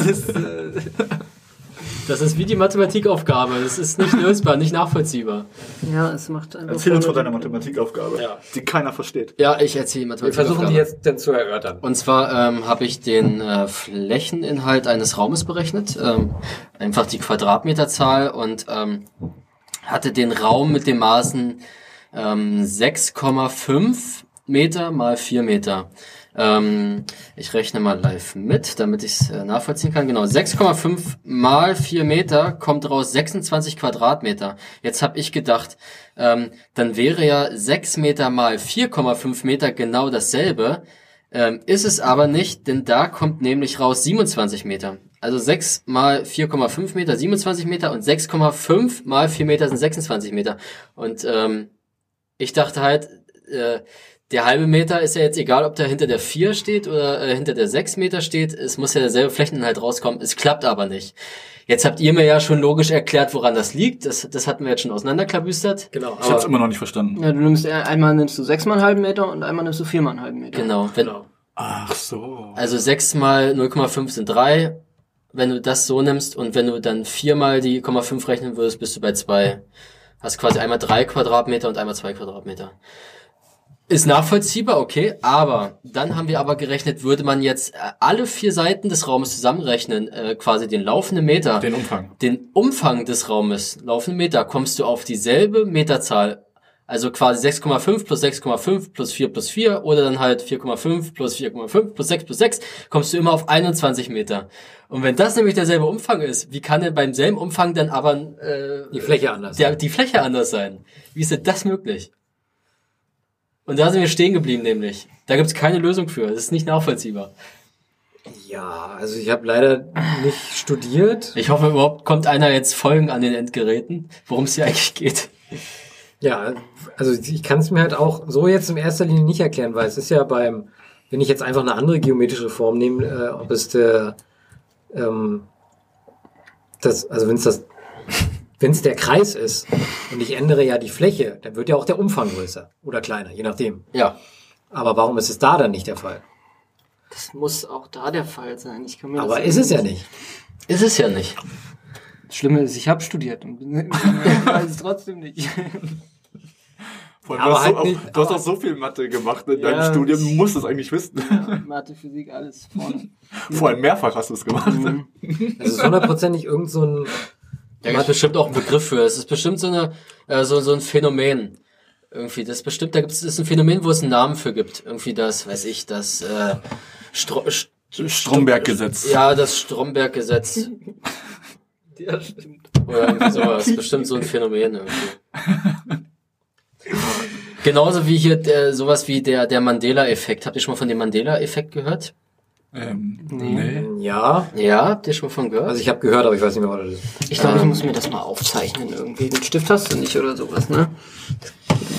Das ist wie die Mathematikaufgabe. Das ist nicht lösbar, nicht nachvollziehbar. Ja, es macht einfach... Erzähl uns von deiner Mathematikaufgabe, Ja. die keiner versteht. Ja, ich erzähle Wir Mathematikaufgabe. versuchen die jetzt dann zu erörtern. Und zwar habe ich den Flächeninhalt eines Raumes berechnet, einfach die Quadratmeterzahl und hatte den Raum mit den Maßen 6,5 Meter mal 4 Meter. Ich rechne mal live mit, damit ich es nachvollziehen kann. Genau, 6,5 mal 4 Meter kommt raus 26 Quadratmeter. Jetzt habe ich gedacht, dann wäre ja 6 Meter mal 4,5 Meter genau dasselbe. Ist es aber nicht, denn da kommt nämlich raus 27 Meter. Also 6 mal 4,5 Meter, 27 Meter und 6,5 mal 4 Meter sind 26 Meter. Und ich dachte halt, der halbe Meter ist ja jetzt egal, ob da hinter der 4 steht oder hinter der 6 Meter steht. Es muss ja derselbe Flächeninhalt rauskommen. Es klappt aber nicht. Jetzt habt ihr mir ja schon logisch erklärt, woran das liegt. Das hatten wir jetzt schon auseinanderklabüstert. Genau. Ich hab's immer noch nicht verstanden. Ja, du nimmst einmal nimmst du 6 mal einen halben Meter und einmal nimmst du 4 mal einen halben Meter. Genau. Genau. Ach so. Also 6 mal 0,5 sind 3. Wenn du das so nimmst und wenn du dann 4 mal die 0,5 rechnen würdest, bist du bei 2. Hast quasi einmal 3 Quadratmeter und einmal 2 Quadratmeter. Ist nachvollziehbar, okay, aber dann haben wir aber gerechnet, würde man jetzt alle 4 Seiten des Raumes zusammenrechnen, quasi den laufenden Meter, den Umfang des Raumes, laufenden Meter, kommst du auf dieselbe Meterzahl, also quasi 6,5 plus 6,5 plus 4 plus 4 oder dann halt 4,5 plus 4,5 plus 6 plus 6, kommst du immer auf 21 Meter. Und wenn das nämlich derselbe Umfang ist, wie kann denn beim selben Umfang dann aber Die Fläche anders. die Fläche anders sein? Wie ist denn das möglich? Und da sind wir stehen geblieben nämlich. Da gibt's keine Lösung für. Das ist nicht nachvollziehbar. Ja, also ich habe leider nicht studiert. Ich hoffe überhaupt, kommt einer jetzt Folgen an den Endgeräten, worum es hier eigentlich geht. Ja, also ich kann es mir halt auch so jetzt in erster Linie nicht erklären, weil es ist ja wenn ich jetzt einfach eine andere geometrische Form nehme, ob es wenn es der Kreis ist und ich ändere ja die Fläche, dann wird ja auch der Umfang größer oder kleiner, je nachdem. Ja. Aber warum ist es da dann nicht der Fall? Das muss auch da der Fall sein. Ich kann mir Aber das ist es ja nicht. Ist es ja nicht. Das Schlimme ist, ich habe studiert und weiß es trotzdem nicht. Vor allem, Aber du hast, halt so, nicht- du hast auch so viel Mathe gemacht in Ja, deinem Studium, du musst es eigentlich wissen. Ja, Mathe, Physik, alles vorne. Vor allem mehrfach hast du es gemacht. Es ist hundertprozentig irgend so ein... Da gibt es bestimmt auch einen Begriff für. Es ist bestimmt so ein Phänomen. Irgendwie, das ist ein Phänomen, wo es einen Namen für gibt. Irgendwie das, weiß ich, das Stromberg-Gesetz. Ja, das Stromberg-Gesetz. Ja, stimmt. Oder irgendwie sowas. Bestimmt so ein Phänomen irgendwie. Genauso wie hier sowas wie der Mandela-Effekt. Habt ihr schon mal von dem Mandela-Effekt gehört? Nee. Ja, Ja, habt ihr schon mal von gehört? also ich habe gehört, aber ich weiß nicht mehr, was das ist. Ich glaube, ich muss mir das mal aufzeichnen irgendwie. Den Stift hast du nicht oder sowas, ne?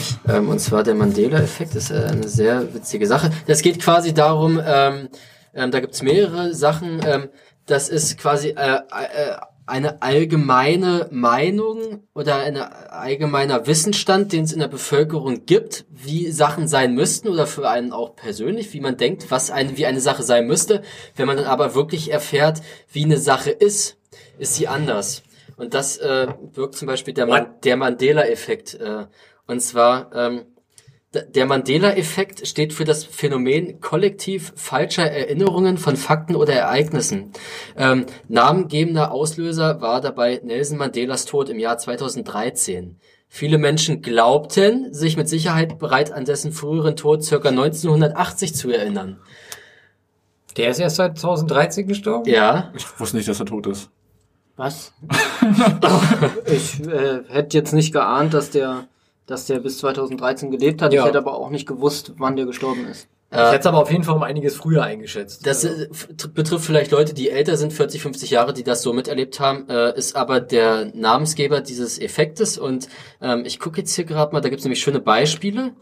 Und zwar der Mandela-Effekt ist eine sehr witzige Sache. Das geht quasi darum, da gibt's mehrere Sachen. Das ist quasi eine allgemeine Meinung oder ein allgemeiner Wissensstand, den es in der Bevölkerung gibt, wie Sachen sein müssten oder für einen auch persönlich, wie man denkt, wie eine Sache sein müsste. Wenn man dann aber wirklich erfährt, wie eine Sache ist sie anders. Und das wirkt zum Beispiel der Mandela-Effekt. Und zwar der Mandela-Effekt steht für das Phänomen kollektiv falscher Erinnerungen von Fakten oder Ereignissen. Namengebender Auslöser war dabei Nelson Mandelas Tod im Jahr 2013. Viele Menschen glaubten, sich mit Sicherheit bereits an dessen früheren Tod ca. 1980 zu erinnern. Der ist erst seit 2013 gestorben? Ja. Ich wusste nicht, dass er tot ist. Was? Ich hätte jetzt nicht geahnt, dass der bis 2013 gelebt hat. Ja. Ich hätte aber auch nicht gewusst, wann der gestorben ist. Ich hätte es aber auf jeden Fall um einiges früher eingeschätzt. Das betrifft vielleicht Leute, die älter sind, 40, 50 Jahre, die das so miterlebt haben, ist aber der Namensgeber dieses Effektes. Und ich gucke jetzt hier gerade mal, da gibt es nämlich schöne Beispiele.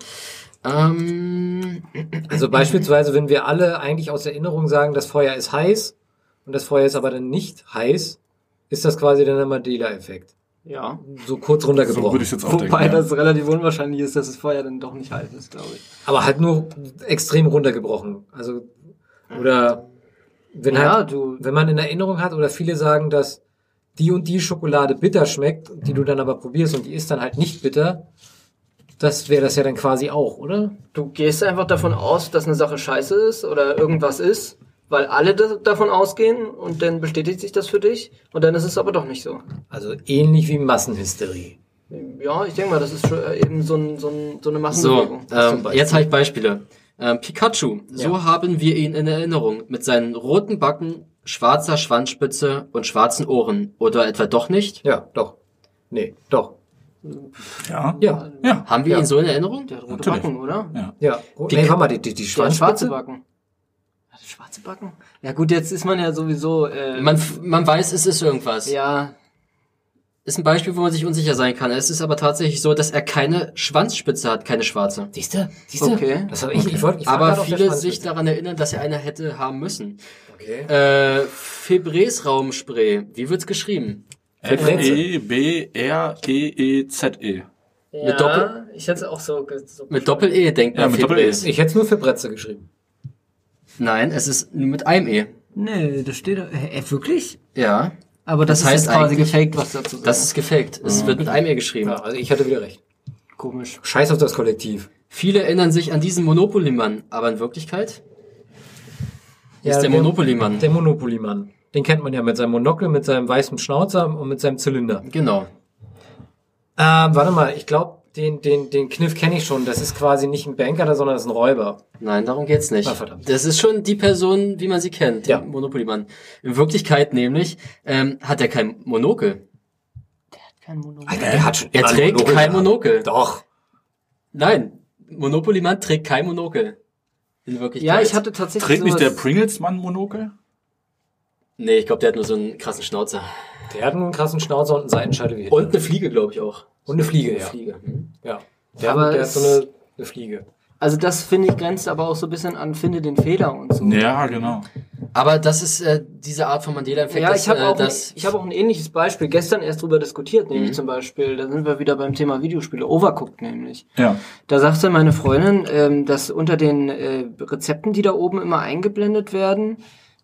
Also beispielsweise, wenn wir alle eigentlich aus Erinnerung sagen, das Feuer ist heiß und das Feuer ist aber dann nicht heiß, ist das quasi dann der Mandela-Effekt. Ja. So kurz So runtergebrochen. würde ich jetzt auch denken. Wobei Ja. das relativ unwahrscheinlich ist, dass das Feuer dann doch nicht heiß ist, glaube ich. Aber halt nur extrem runtergebrochen. Also, oder wenn wenn man in Erinnerung hat, oder viele sagen, dass die und die Schokolade bitter schmeckt, die du dann aber probierst und die ist dann halt nicht bitter, das wäre das ja dann quasi auch, oder? Du gehst einfach davon aus, dass eine Sache scheiße ist oder irgendwas ist, weil alle davon ausgehen und dann bestätigt sich das für dich und dann ist es aber doch nicht so. Also ähnlich wie Massenhysterie. Ja, ich denke mal, das ist schon eben so eine Massenbewegung. Jetzt habe ich Beispiele. Pikachu, so haben wir ihn in Erinnerung, mit seinen roten Backen, schwarzer Schwanzspitze und schwarzen Ohren. Oder etwa doch nicht? Ja, doch. Nee, doch. Ja. Ja. Ja. Haben wir ihn so in Erinnerung? Der hat rote Natürlich. Backen, oder? Ja. Ja. Nee, warte mal, die Der hat Schwanzspitze? schwarze Backen. Hat er schwarze Backen? Ja gut, jetzt ist man ja sowieso... Man weiß, es ist irgendwas. ja, Ist ein Beispiel, wo man sich unsicher sein kann. Es ist aber tatsächlich so, dass er keine Schwanzspitze hat, keine schwarze. Siehst du? okay. Das habe ich frag Aber grad auf der viele Schwanzspitze. sich daran erinnern, dass er eine hätte haben müssen. Okay. Febreze-Raumspray. Wie wird's geschrieben? F-E-B-R-G-E-Z-E. Mit Doppel- ich hätte es auch so... Mit Doppel-E denkt Ja, man mit Doppel-E. Febreze. Ich hätte es nur für Bretze geschrieben. Nein, es ist nur mit einem E. Nee, das steht... wirklich? Ja, Aber das, Das heißt ist quasi eigentlich- gefaked, was dazu sagt. das ist gefaked. Es wird mit einem E geschrieben. Ja, also ich hatte wieder recht. komisch. Scheiß auf das Kollektiv. Viele erinnern sich an diesen Monopoly-Mann, aber in Wirklichkeit ist der Monopoly-Mann. Der Monopoly-Mann. Den kennt man ja mit seinem Monokel, mit seinem weißen Schnauzer und mit seinem Zylinder. Genau. Warte mal, ich glaube, den Kniff kenne ich schon. Das ist quasi nicht ein Banker, sondern das ist ein Räuber. Nein, darum geht's nicht. Ah, verdammt. Das ist schon die Person, wie man sie kennt, der Ja. Monopoly-Mann. In Wirklichkeit nämlich hat er kein Monokel. Kein Monokel. Alter, der hat schon Er immer ein trägt kein gehabt. Monokel. Doch. Nein, Monopoly-Mann trägt kein Monokel. In Wirklichkeit. Ja, ich hatte tatsächlich Trägt nicht der sowas- Pringles-Mann Monokel? Nee, ich glaube, der hat nur so einen krassen Schnauzer. Der hat einen krassen Schnauzer und einen Seitenscheitel wie Hitler. Und eine Fliege, glaube ich auch. Und eine Fliege, Eine ja. Fliege. Hm. Ja. Der Aber hat es- so eine Fliege. Also das, finde ich, grenzt aber auch so ein bisschen an Finde den Fehler und so. Ja, genau. Aber das ist diese Art von Mandela-Effekt. Ja, dass, ich habe auch, das, ich hab auch ein ähnliches Beispiel gestern erst drüber diskutiert, Mhm. nämlich zum Beispiel, da sind wir wieder beim Thema Videospiele, Overcooked nämlich. Ja. Da sagte meine Freundin, dass unter den Rezepten, die da oben immer eingeblendet werden,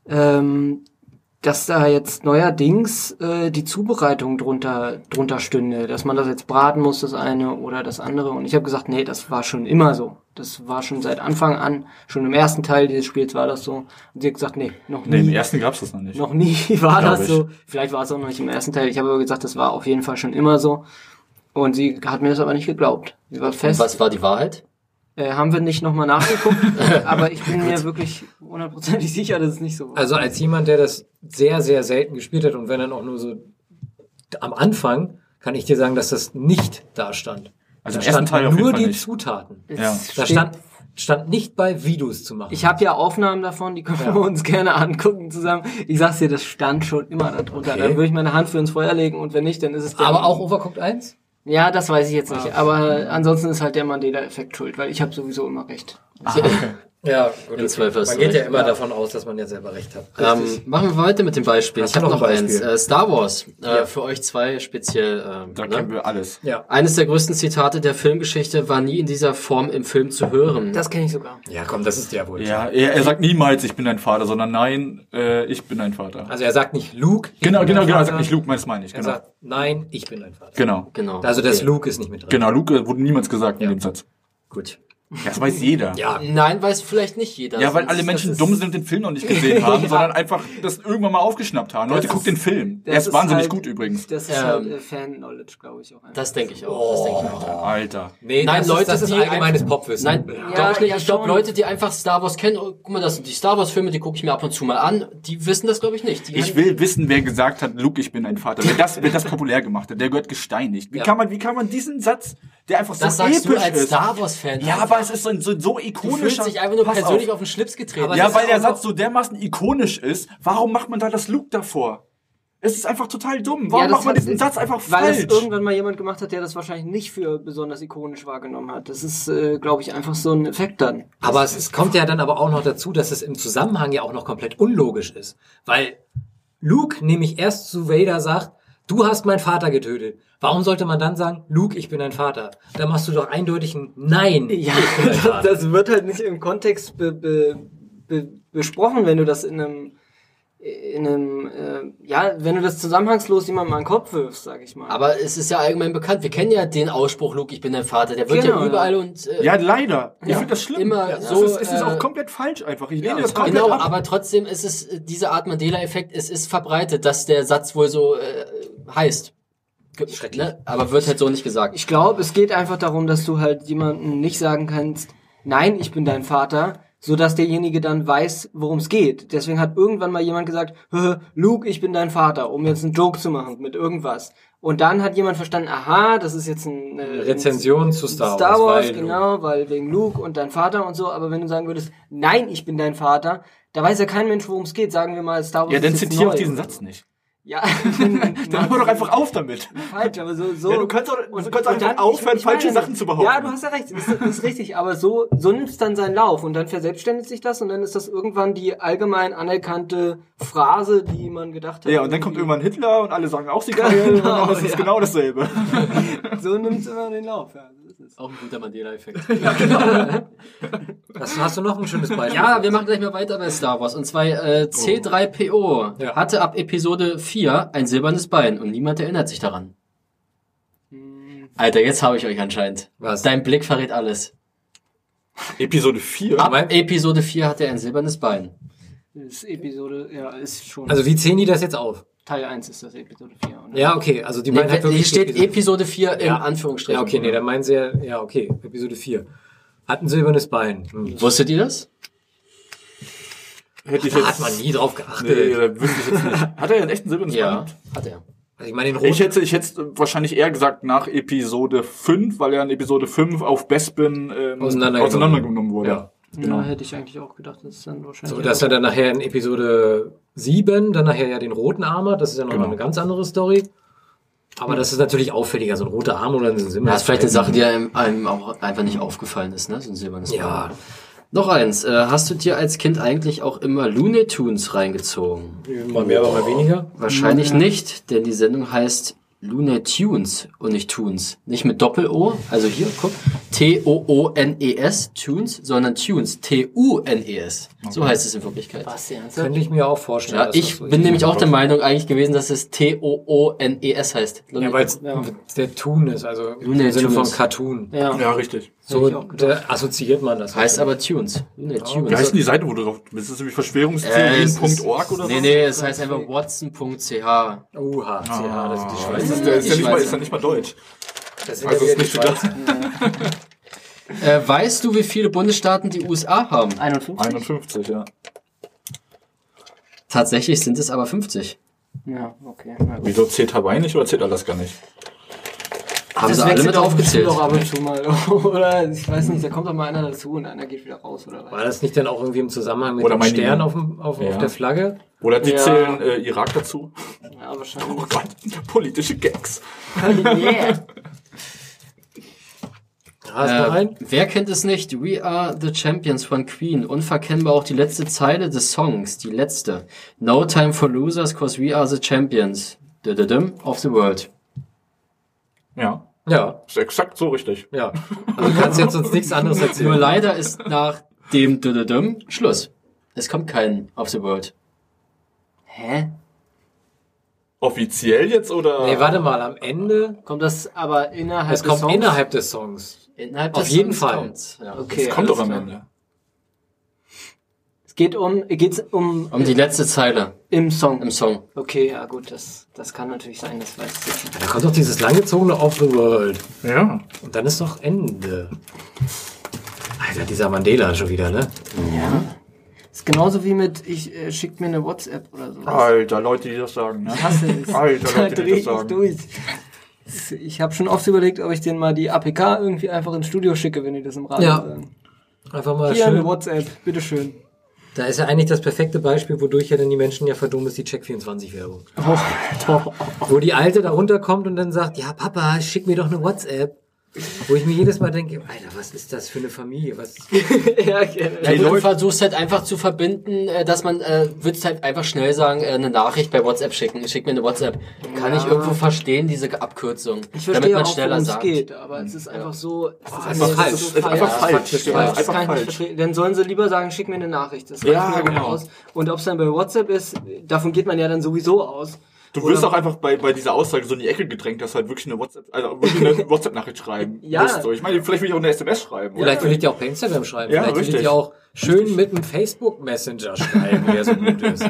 dass da jetzt neuerdings die Zubereitung drunter stünde, dass man das jetzt braten muss, das eine oder das andere. Und ich habe gesagt, nee, das war schon immer so. Das war schon seit Anfang an, schon im ersten Teil dieses Spiels war das so. Und sie hat gesagt, nee, noch Nee, im nie. ersten gab's das noch nicht. Noch nie war Glaub das ich. so. Vielleicht war es auch noch nicht im ersten Teil. Ich habe aber gesagt, das war auf jeden Fall schon immer so. Und sie hat mir das aber nicht geglaubt. Sie war und fest. was war die Wahrheit? Haben wir nicht nochmal nachgeguckt. Aber ich bin mir wirklich hundertprozentig sicher, dass es nicht so war. Also als jemand, der das sehr, sehr selten gespielt hat und wenn dann auch nur so am Anfang, kann ich dir sagen, dass das nicht da stand. Also da im ersten standen Teil auf jeden nur Fall die nicht. Zutaten. Es Ja. Da steht- stand nicht bei Videos zu machen. ich habe ja Aufnahmen davon, die können wir uns gerne angucken zusammen. Ich sag's dir, das stand schon immer da drunter. Okay. Da würde ich meine Hand für ins Feuer legen und wenn nicht, dann ist es der aber auch Overcooked 1? Ja, das weiß ich jetzt nicht. Aber ansonsten ist halt der Mandela-Effekt schuld, weil ich habe sowieso immer recht. Ja, gut. Im Zweifel hast Man du geht ja recht. immer davon aus, dass man ja selber recht hat. Machen wir weiter mit dem Beispiel. Hast Ich habe du noch noch ein eins. Beispiel? Star Wars. Für euch zwei speziell. Da Ne? kennen wir alles. Ja. Eines der größten Zitate der Filmgeschichte war nie in dieser Form im Film zu hören. Das kenne ich sogar. Ja, komm, das ist ja wohl. Ja, er sagt niemals, ich bin dein Vater, sondern nein, ich bin dein Vater. Also er sagt nicht Luke. ich Genau, bin er dein sagt Vater. nicht Luke, das meine ich, Er genau. sagt, nein, ich bin dein Vater. Genau. Genau. Also das Okay. Luke ist nicht mit drin. Genau, Luke wurde niemals gesagt in dem Satz. Gut. Das weiß jeder. Ja, Nein, weiß vielleicht nicht jeder. Ja, weil Sonst- alle das Menschen ist- dumm sind und den Film noch nicht gesehen haben, sondern einfach das irgendwann mal aufgeschnappt haben. Leute, Das guckt ist- den Film. das Er ist ist wahnsinnig halt- gut übrigens. Das ist Fan-Knowledge, glaube ich auch. Einfach. Das denke ich auch. Das denke ich auch. Alter. nee, Nein, das Leute, ist, das ist die allgemeines einfach- Popwissen. Nein, Ja, glaube ich nicht. ja, Ich glaube, schon. Leute, die einfach Star Wars kennen, oh, guck mal, das sind die Star Wars Filme, die gucke ich mir ab und zu mal an, die wissen das, glaube ich, nicht. Die Ich will wissen, wer gesagt hat, Luke, ich bin dein Vater. Wer das populär gemacht hat, der gehört gesteinigt. Wie kann man diesen Satz, der einfach das so sagst episch du als ist. Star Wars Fan. Ja, aber es ist so du ikonischer. fühlst dich einfach nur Pass persönlich auf. auf den Schlips getreten. Aber Ja, das weil ist der auch Satz so dermaßen ikonisch ist, warum macht man da das Luke davor? Es ist einfach total dumm. Warum macht man diesen Satz einfach weil falsch? es irgendwann mal jemand gemacht hat, der das wahrscheinlich nicht für besonders ikonisch wahrgenommen hat. Das ist, glaube ich, einfach so ein Effekt dann. Aber es kommt ja dann aber auch noch dazu, dass es im Zusammenhang ja auch noch komplett unlogisch ist. Weil Luke nämlich erst zu Vader sagt, du hast meinen Vater getötet. Warum sollte man dann sagen, Luke, ich bin dein Vater? Da machst du doch eindeutig ein Nein. Ja, ich bin dein Vater. das wird halt nicht im Kontext besprochen, wenn du das in einem wenn du das zusammenhangslos jemandem an den Kopf wirfst, sag ich mal. Aber es ist ja allgemein bekannt. Wir kennen ja den Ausspruch, Luke, ich bin dein Vater. Der wird Genau, ja überall und... Ja, leider. Ich finde das schlimm. Immer ja, so, es ist auch komplett falsch einfach. Ich lehne das komplett Genau, ab. aber trotzdem ist es dieser Art Mandela-Effekt, es ist verbreitet, dass der Satz wohl so heißt. Ne? Aber wird halt so nicht gesagt. Ich glaube, es geht einfach darum, dass du halt jemandem nicht sagen kannst, nein, ich bin dein Vater, so dass derjenige dann weiß, worum es geht. Deswegen hat irgendwann mal jemand gesagt, Luke, ich bin dein Vater, um jetzt einen Joke zu machen mit irgendwas. Und dann hat jemand verstanden, aha, das ist jetzt eine Rezension zu Star Wars, weil genau, weil wegen Luke und dein Vater und so. Aber wenn du sagen würdest, nein, ich bin dein Vater, da weiß ja kein Mensch, worum es geht. Sagen wir mal, Star Wars Ja, dann ist jetzt zitiere neu. auch diesen Satz nicht. Ja, Dann hör doch einfach auf damit. falsch, aber so. Ja, du kannst doch einfach dann- aufhören, ich falsche meine, Sachen zu behaupten. Ja, du hast ja recht, das ist richtig, aber so nimmt es dann seinen Lauf und dann verselbstständigt sich das und dann ist das irgendwann die allgemein anerkannte Phrase, die man gedacht hat. Ja, und dann kommt irgendwann Hitler und alle sagen auch sie geil und dann ist es genau dasselbe. So nimmt es immer den Lauf, ja. So ist es. Auch ein guter Mandela-Effekt. Hast du noch ein schönes Beispiel? Ja, wir machen gleich mal weiter bei Star Wars. Und zwar C3PO Ja. hatte ab Episode 4 ein silbernes Bein und niemand erinnert sich daran. Alter, jetzt habe ich euch anscheinend. Was? Dein Blick verrät alles. Episode 4. Ab Episode 4 hatte er ein silbernes Bein. Das Episode, ja, ist schon. Also wie zählen die das jetzt auf? Teil 1 ist das Episode 4. Oder? Ja, okay, also die meinen halt Hier wirklich steht Episode 4 in Anführungsstrichen. Ja, okay, nee, dann meinen sie ja, okay, Episode 4. Hat ein silbernes Bein. Wusstet ihr das? Hätte ich Da hat man nie drauf geachtet. Nee, da wüsste ich jetzt nicht. Hat er einen echten silbernes Ja, Bein? hat er. Also ich meine, den Ich roten... hätte wahrscheinlich eher gesagt nach Episode 5, weil er in Episode 5 auf Bespin auseinandergenommen wurde. Ja. Genau, hätte ich eigentlich auch gedacht, das ist dann wahrscheinlich. So, dass er dann nachher in Episode 7, dann nachher ja den roten Arm hat, das ist ja noch Genau. eine ganz andere Story. Aber das ist natürlich auffälliger, so ein roter Arm oder ein silbernes Das ist vielleicht eine Bein. Sache, die einem auch einfach nicht aufgefallen ist, ne? So ein silbernes Ja, Bein. Noch eins. Hast du dir als Kind eigentlich auch immer Looney Tunes reingezogen? mal mehr, aber mal weniger. Wahrscheinlich nicht, denn die Sendung heißt Looney Tunes und nicht Tunes. Nicht mit Doppel-O, also hier, guck, T-O-O-N-E-S, Tunes, sondern Tunes, T-U-N-E-S. So heißt es in Wirklichkeit. Was, ernsthaft? Könnte ich mir auch vorstellen. Ja, dass ich das so bin ist. nämlich auch der Meinung eigentlich gewesen, dass es T-O-O-N-E-S heißt. Ja, weil es der Toon ist, also Looney im Sinne von Tunes. Cartoon. Ja. Ja, richtig. So ich auch da assoziiert man das. heißt aber Tunes. Looney Tunes. Wie heißt denn die Seite, wo du drauf bist? Ist das irgendwie Verschwörungstheorien.org oder so? Nee, es heißt einfach watson.ch. Uha, CH, das ist die Schweiz. Das ist Schweiz. ja nicht mal Deutsch. Das sind Also ja ist wieder nicht die so Schweiz. das. Weißt du, wie viele Bundesstaaten die USA haben? 51? 51, ja. Tatsächlich sind es aber 50. Ja, okay. Na gut. Wieso zählt Hawaii nicht oder zählt Alaska nicht? Haben Das sie alle wechselt mit auf dem aufgezählt? Stuhl auch ab und zu mal. Oder ich weiß nicht, da kommt doch mal einer dazu und einer geht wieder raus oder was. War das nicht dann auch irgendwie im Zusammenhang mit Oder dem mein Stern Lieben. auf Ja. der Flagge? Oder die Ja. zählen Irak dazu? Ja, wahrscheinlich. Oh Gott, politische Gags. Yeah. Hast du noch einen? Wer kennt es nicht? We Are the Champions von Queen. Unverkennbar auch die letzte Zeile des Songs. Die letzte. No time for losers, cause we are the champions. Of the world. Ja. Ja. Ist exakt so richtig. Ja. Also du kannst jetzt uns nichts anderes erzählen. Nur leider ist nach dem Schluss. Es kommt kein Of the World. Hä? Offiziell jetzt oder? Nee, warte mal, am Ende. Kommt das aber innerhalb Es des kommt Songs? innerhalb des Songs. Innerhalb Auf des jeden Songs Fall. kommt's. Ja. Okay, Es kommt doch alles am klar. Ende. Geht's um Um die letzte Zeile im Song. im Song. Okay, ja gut, das kann natürlich sein, das weiß ich jetzt nicht. Da kommt doch dieses langgezogene Of the World. Ja. Und dann ist doch Ende. Alter, dieser Mandela schon wieder, ne? Ja. Ist genauso wie mit, schickt mir eine WhatsApp oder so. Alter, Leute, die das sagen, ne? Ich hasse es. Alter, Da Leute, dreh die das ich sagen. durch. Ich habe schon oft überlegt, ob ich denen mal die APK irgendwie einfach ins Studio schicke, wenn die das im Radio Ja. sagen. Einfach mal Hier eine schön. WhatsApp, bitteschön. Da ist ja eigentlich das perfekte Beispiel, wodurch ja dann die Menschen ja verdummen, ist die Check24-Werbung. Wo die Alte da runterkommt und dann sagt, ja Papa, schick mir doch eine WhatsApp. Wo ich mir jedes Mal denke, Alter, was ist das für eine Familie? Was? Ja, gerne. Ja, du versuchst halt einfach zu verbinden, dass man, würdest halt einfach schnell sagen, eine Nachricht bei WhatsApp schicken. Schick mir eine WhatsApp. Kann ich irgendwo verstehen, diese Abkürzung. Ich damit verstehe man auch, schneller worum es sagt. geht, aber es ist einfach so... Es ist Einfach falsch. Es ist einfach falsch. Das Ja, kann einfach ich nicht falsch. verstehen. Dann sollen sie lieber sagen, schick mir eine Nachricht. Das Ja, reicht mir genau. aus. Und ob es dann bei WhatsApp ist, davon geht man ja dann sowieso aus. Du wirst auch einfach bei dieser Aussage so in die Ecke gedrängt, dass du halt wirklich eine WhatsApp-Nachricht schreiben Ja. musst. So. Ich meine, vielleicht will ich auch eine SMS schreiben. Vielleicht will ich dir auch per Instagram schreiben. Ja, Vielleicht will ich richtig. dir auch schön mit einem Facebook Messenger schreiben, der so gut ist.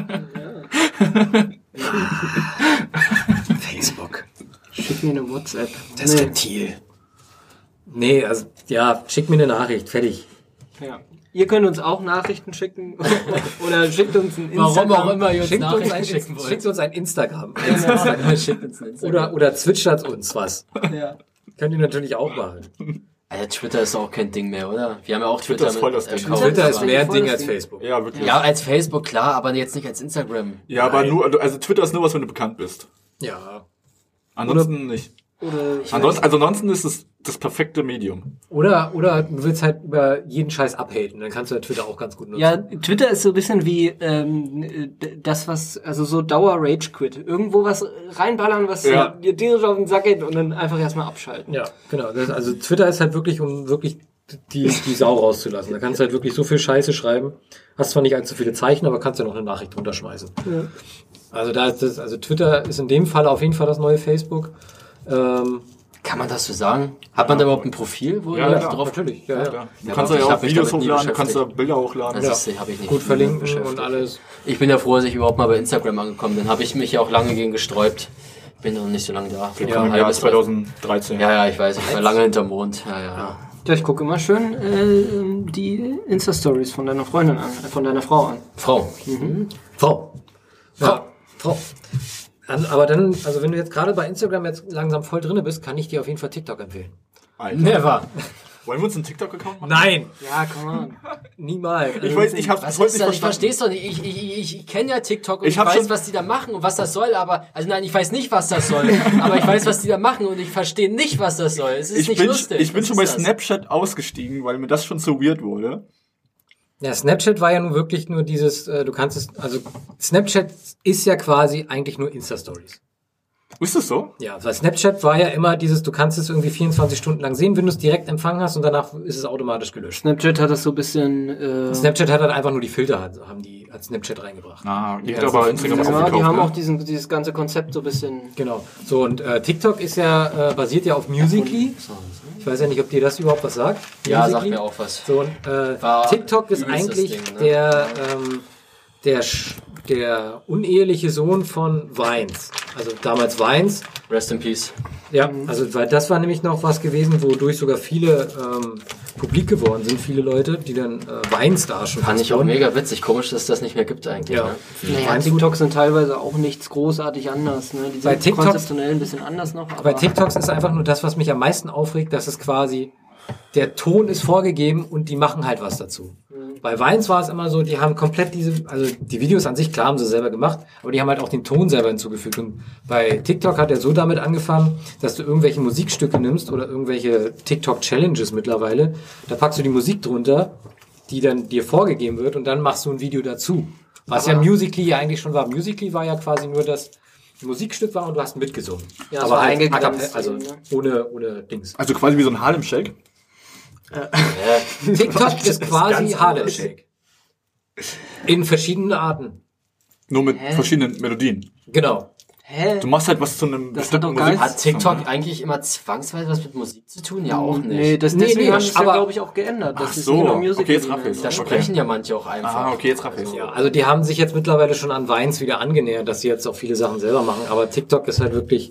Facebook. Schick mir eine WhatsApp. Das Ventil. Nee, also, ja, schick mir eine Nachricht, fertig. Ja. Ihr könnt uns auch Nachrichten schicken oder schickt uns ein Warum Instagram. auch immer ihr uns Schickt uns, Nachrichten schicken wollt. schickt uns ein Instagram. Schickt uns einen Instagram. Oder zwitschert uns was. Ja. Könnt ihr natürlich auch machen. Alter, Twitter ist auch kein Ding mehr, oder? Wir haben ja auch Twitter ist voll das Ding. Account, Twitter ist aber- mehr ein voll Ding das als Ding. Facebook. Ja, wirklich. Ja, als Facebook, klar, aber jetzt nicht als Instagram. Ja, aber nur, also Twitter ist nur was, wenn du bekannt bist. Ja. Ansonsten nicht. Oder Ansonsten ist es das perfekte Medium. Oder du willst halt über jeden Scheiß abhaten, dann kannst du Twitter auch ganz gut nutzen. ja, Twitter ist so ein bisschen wie das, was, also so Dauer-Rage-Quit. Irgendwo was reinballern, was Ja. dir tierisch auf den Sack geht und dann einfach erstmal abschalten. Ja, genau. Also Twitter ist halt wirklich, um wirklich die Sau rauszulassen. Da kannst du halt wirklich so viel Scheiße schreiben. Hast zwar nicht allzu viele Zeichen, aber kannst ja noch eine Nachricht drunter schmeißen. Ja. Also also Twitter ist in dem Fall auf jeden Fall das neue Facebook. Kann man das so sagen? Hat man da überhaupt ein Profil, wo Ja, Leute klar. drauf... Natürlich, ja. Du Ja, kannst aber ja ich auch hab mich Videos damit nie hochladen, du kannst da beschäftigt. Bilder hochladen. Das habe ich nicht Gut verlinken beschäftigt. und alles. Ich bin ja froh, dass ich überhaupt mal bei Instagram angekommen bin. Habe ich mich ja auch lange gegen gesträubt. Bin noch nicht so lange da. Ja, Ein im Jahr halbes- 2013. Ja, ich weiß. Ich war lange hinterm Mond. Ja. Ja, ich gucke immer schön die Insta-Stories von deiner Freundin an, von deiner Frau an. Frau. Frau. Ja, Frau. Aber dann, also wenn du jetzt gerade bei Instagram jetzt langsam voll drinne bist, kann ich dir auf jeden Fall TikTok empfehlen. Alter. Never. Wollen wir uns einen TikTok-Account machen? Nein, Ja, come on. niemals. Ich weiß, ich hab's Was bis heute ist nicht das? Ich verstanden. versteh's doch nicht. Ich kenne ja TikTok und Ich ich hab weiß, schon- was die da machen und was das soll, aber, also nein, ich weiß nicht, was das soll, aber ich weiß, was die da machen und ich verstehe nicht, was das soll. Es ist nicht lustig. Ich bin Was schon bei ist das? Snapchat ausgestiegen, weil mir das schon so weird wurde. Ja, Snapchat war ja nun wirklich nur dieses, Snapchat ist ja quasi eigentlich nur Insta-Stories. Ist das so? Ja, weil Snapchat war ja immer dieses, du kannst es irgendwie 24 Stunden lang sehen, wenn du es direkt empfangen hast und danach ist es automatisch gelöscht. Snapchat hat das so ein bisschen... Snapchat hat halt einfach nur die Filter, haben die als Snapchat reingebracht. Ah, die Ja, hat aber das- Instagram ja, aufgekauft. die haben ne? auch dieses ganze Konzept so ein bisschen... Genau. So, und TikTok ist ja, basiert ja auf Musical.ly. Ich weiß ja nicht, ob dir das überhaupt was sagt. Ja, sagt Musical.ly. mir auch was. So, und War TikTok ist übelstes eigentlich Ding, ne? der uneheliche Sohn von Vines. Also damals Vines. Rest in Peace. Ja, also weil das war nämlich noch was gewesen, wodurch sogar viele publik geworden sind, viele Leute, die dann Vine-Stars schon Fand fast ich auch wurden. mega witzig. Komisch, dass das nicht mehr gibt eigentlich. Ja. Ne? Naja, Meinst du- TikToks sind teilweise auch nichts großartig anders. Ne? Die Bei sind TikToks- konzeptionell ein bisschen anders noch. Aber Bei TikToks ist einfach nur das, was mich am meisten aufregt, dass es quasi, der Ton ist vorgegeben und die machen halt was dazu. Bei Vines war es immer so, die haben komplett also die Videos an sich, klar, haben sie selber gemacht, aber die haben halt auch den Ton selber hinzugefügt. Und bei TikTok hat er so damit angefangen, dass du irgendwelche Musikstücke nimmst oder irgendwelche TikTok-Challenges mittlerweile, da packst du die Musik drunter, die dann dir vorgegeben wird und dann machst du ein Video dazu. Was ja Musical.ly ja eigentlich schon war. Musical.ly war ja quasi nur das Musikstück war und du hast mitgesungen. Ja, aber halt eingegrenzt, also ohne Dings. Also quasi wie so ein Harlem Shake. TikTok ist quasi Harlem Shake. In verschiedenen Arten. Nur mit verschiedenen Melodien. Genau. Hä? Du machst halt was zu einem Das bestimmten hat doch gar Hat TikTok eigentlich immer zwangsweise was mit Musik zu tun? Ja, auch nicht. Nee, deswegen haben sie es ja, aber- glaube ich, auch geändert. Ach so, okay, jetzt raff ich's. Da sprechen ja manche auch einfach. Ah, okay, jetzt raff ich's. Ja, also die haben sich jetzt mittlerweile schon an Vines wieder angenähert, dass sie jetzt auch viele Sachen selber machen. Aber TikTok ist halt wirklich...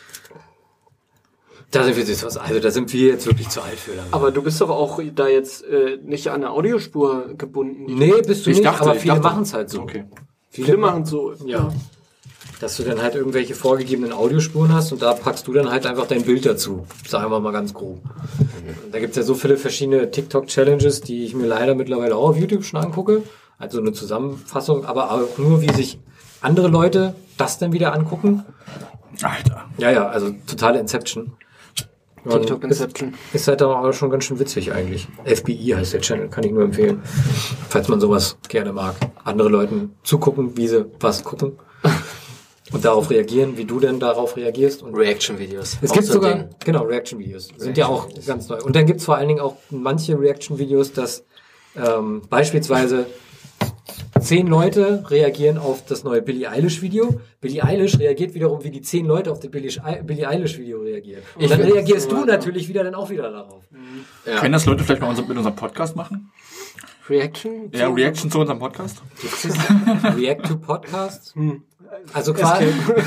Da sind wir jetzt wirklich zu alt für. Langsam. Aber du bist doch auch da jetzt nicht an eine Audiospur gebunden. Nee, bist du Ich nicht, dachte- aber ich viele dachte- machen es halt so. Okay. Viele machen so. Ja. Dass du dann halt irgendwelche vorgegebenen Audiospuren hast und da packst du dann halt einfach dein Bild dazu. Sagen wir mal ganz grob. Und da gibt's ja so viele verschiedene TikTok-Challenges, die ich mir leider mittlerweile auch auf YouTube schon angucke. Also eine Zusammenfassung, aber auch nur, wie sich andere Leute das dann wieder angucken. Alter. Ja, also totale Inception. Und TikTok Inception. Ist halt auch schon ganz schön witzig eigentlich. FBI heißt der Channel, kann ich nur empfehlen. Falls man sowas gerne mag. Andere Leuten zugucken, wie sie was gucken. Und darauf reagieren, wie du denn darauf reagierst. Und Reaction-Videos. es Auch gibt so sogar, ein Ding. genau, Reaction-Videos. Sind ja auch ganz neu. Und dann gibt's vor allen Dingen auch manche Reaction-Videos, dass beispielsweise 10 Leute reagieren auf das neue Billie Eilish-Video. Billie Eilish reagiert wiederum, wie die 10 Leute auf das Billie Eilish-Video reagieren. Und dann reagierst du natürlich dann auch wieder darauf. Ja. Können das Leute vielleicht mal mit unserem Podcast machen? Reaction? Ja, Reaction zu unserem Podcast? Gibt's das? React to Podcasts? Also quasi...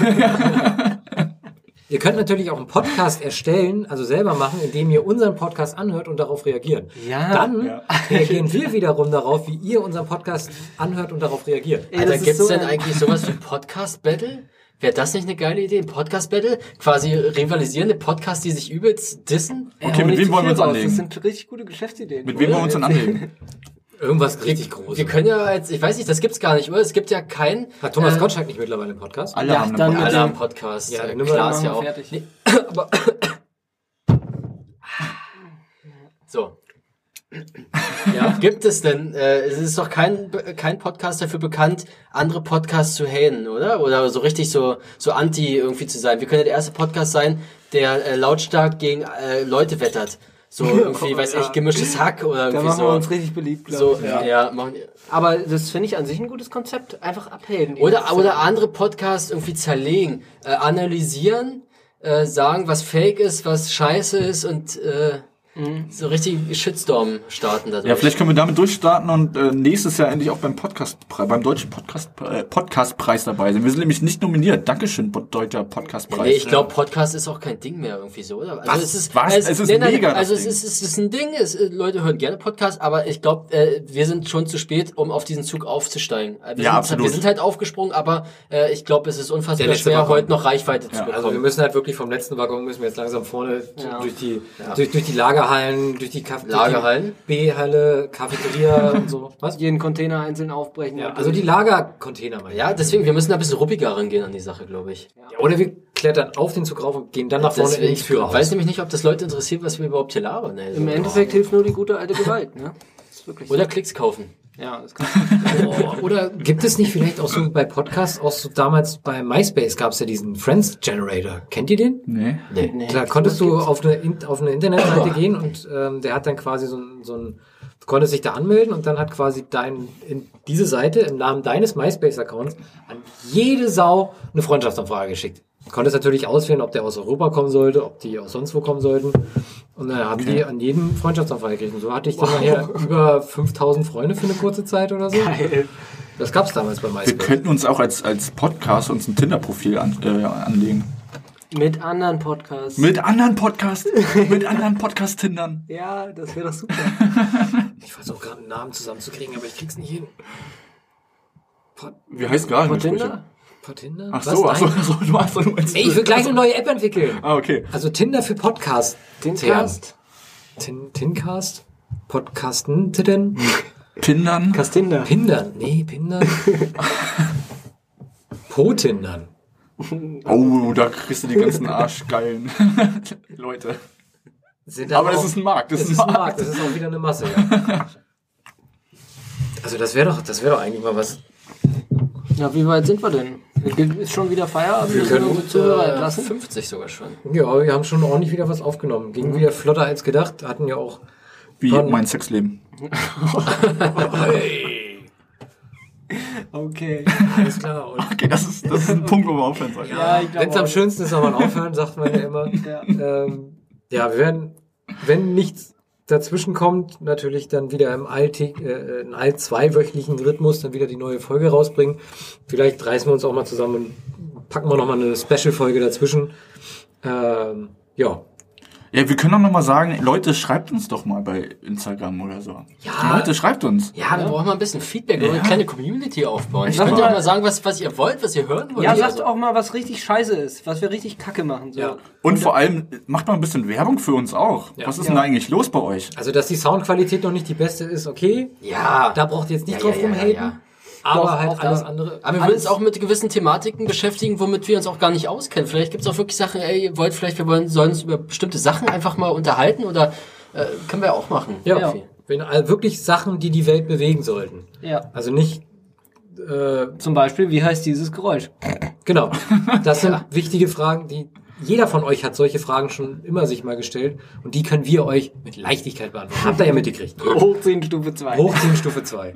Ihr könnt natürlich auch einen Podcast erstellen, also selber machen, indem ihr unseren Podcast anhört und darauf reagiert. Ja. Dann reagieren wir wiederum darauf, wie ihr unseren Podcast anhört und darauf reagiert. Ey, Alter, das ist gibt's so denn ein- eigentlich sowas wie Podcast-Battle? Wäre das nicht eine geile Idee? Ein Podcast-Battle? Quasi rivalisierende Podcasts, die sich übelst dissen? Okay, mit wem wollen wir uns Das anlegen? sind richtig gute Geschäftsideen. Mit wem wollen wir uns dann anlegen? Irgendwas richtig Großes. Wir können ja jetzt, ich weiß nicht, das gibt's gar nicht, oder? Es gibt ja keinen... Hat Thomas Gottschalk nicht mittlerweile einen Podcast? Alle Ja, haben dann einen Alle mit haben dem- Podcast. Ja, Ja, nimm klar mal, ist ja machen auch. wir fertig. Nee, aber... So. Ja, gibt es denn, es ist doch kein Podcast dafür bekannt, andere Podcasts zu haten, oder? Oder so richtig so anti irgendwie zu sein. Wir können ja der erste Podcast sein, der lautstark gegen Leute wettert. So irgendwie, weiß ich, gemischtes Hack oder Da irgendwie machen wir so. uns richtig beliebt, So, glaube ich. ja, machen, Aber das finde ich an sich ein gutes Konzept. Einfach abhaten. oder andere Podcasts irgendwie zerlegen, analysieren, sagen, was fake ist, was scheiße ist und so richtig Shitstorm starten dadurch. Ja, vielleicht können wir damit durchstarten und nächstes Jahr endlich auch beim deutschen Podcastpreis dabei sein. Wir sind nämlich nicht nominiert. Dankeschön, deutscher Podcastpreis. Nee, ich glaube, Podcast ist auch kein Ding mehr irgendwie so, oder? Also Was? es ist, Was? Es ist mega, Also das es ist ein Ding, Leute hören gerne Podcast, aber ich glaube, wir sind schon zu spät, um auf diesen Zug aufzusteigen. Absolut. Wir sind halt aufgesprungen, aber ich glaube, es ist unfassbar Der letzte schwer, Waggon. heute noch Reichweite zu bekommen. Also wir müssen halt wirklich vom letzten Waggon müssen wir jetzt langsam vorne Ja. durch die Lagerhallen, durch die Lagerhallen? B-Halle, Cafeteria und so. Was? jeden Container einzeln aufbrechen. Ja, also die Lagercontainer meine ich. Ja, deswegen, wir müssen da ein bisschen ruppiger rangehen an die Sache, glaube ich. Ja, oder wir klettern auf den Zug rauf und gehen dann nach vorne Deswegen, ins ich Führerhaus. weiß nämlich nicht, ob das Leute interessiert, was wir überhaupt hier labern. Ey. Im Endeffekt hilft nur die gute alte Gewalt, ne? Das ist wirklich Oder so. Klicks kaufen. Ja, das kann Oder gibt es nicht vielleicht auch so bei Podcasts, auch so damals bei MySpace gab es ja diesen Friends Generator. Kennt ihr den? Nee. Nee. Da konntest du auf eine Internetseite gehen und der hat dann quasi so ein du konntest dich da anmelden und dann hat quasi in diese Seite im Namen deines MySpace-Accounts an jede Sau eine Freundschaftsanfrage geschickt. Du konntest natürlich auswählen, ob der aus Europa kommen sollte, ob die aus sonst wo kommen sollten. Und dann haben die an jeden Freundschaftsanfrage gekriegt. Und so hatte ich dann nachher über 5000 Freunde für eine kurze Zeit oder so. geil. Das gab's damals bei Wir MySpace. könnten uns auch als Podcast uns ein Tinder-Profil anlegen. Mit anderen Podcasts. Mit anderen Podcast-Tindern. Ja, das wäre doch super. Ich versuche gerade einen Namen zusammenzukriegen, aber ich krieg's nicht hin. Wie heißt gar nicht? Tinder? Tinder? Ach so, Nein. du meinst. Ey, ich will gleich eine neue App entwickeln. Ah, okay. Also Tinder für Podcast. Tincast? Tincast? Podcasten? Pindern? Kastinder. Pindern? Nee, Pindern. Potindern. Oh, da kriegst du die ganzen arschgeilen Leute. Aber das ist ein Markt. Das ist ein Markt. Das ist auch wieder eine Masse, ja. Also das wäre doch eigentlich mal was. Ja, wie weit sind wir denn? Ist schon wieder Feierabend? Wir können unsere Zuhörer entlassen? 50 sogar schon. Ja, wir haben schon ordentlich wieder was aufgenommen. Ging wieder flotter als gedacht. Hatten ja auch... Wie mein Sexleben. Okay. Alles klar. Und Okay, das ist ein Punkt, wo wir aufhören sollen. Ja, ich glaub wenn es am auch. schönsten ist, soll man aufhören, sagt man ja immer. Ja. Ja, wir werden, wenn nichts dazwischen kommt, natürlich dann wieder im zweiwöchentlichen Rhythmus dann wieder die neue Folge rausbringen. Vielleicht reißen wir uns auch mal zusammen und packen wir nochmal eine Special-Folge dazwischen. Ja. Ja, wir können auch noch mal sagen, Leute, schreibt uns doch mal bei Instagram oder so. Ja. Leute, schreibt uns. Ja, wir brauchen mal ein bisschen Feedback, eine kleine Community aufbauen. Ich Sag könnte mal- auch mal sagen, was ihr wollt, was ihr hören wollt. Ja, Hier sagt so. auch mal, was richtig scheiße ist, was wir richtig kacke machen. So. Ja. Und vor allem, macht mal ein bisschen Werbung für uns auch. Ja. Was ist denn da eigentlich los bei euch? Also, dass die Soundqualität noch nicht die beste ist, okay. Ja. Da braucht ihr jetzt nicht Ja, drauf ja, ja, rumhaten. ja. Aber Doch, halt auch alles da. andere. Aber wir wollen uns auch mit gewissen Thematiken beschäftigen, womit wir uns auch gar nicht auskennen. Vielleicht gibt es auch wirklich Sachen, wir sollen uns über bestimmte Sachen einfach mal unterhalten oder können wir auch machen. Ja, Irgendwie. wenn wirklich Sachen, die die Welt bewegen sollten. Ja. Also nicht, Zum Beispiel, wie heißt dieses Geräusch? genau. Das sind wichtige Fragen, die jeder von euch hat solche Fragen schon immer sich mal gestellt und die können wir euch mit Leichtigkeit beantworten. Habt ihr ja mitgekriegt. Hochziehen Stufe 2. Hochziehen Stufe 2.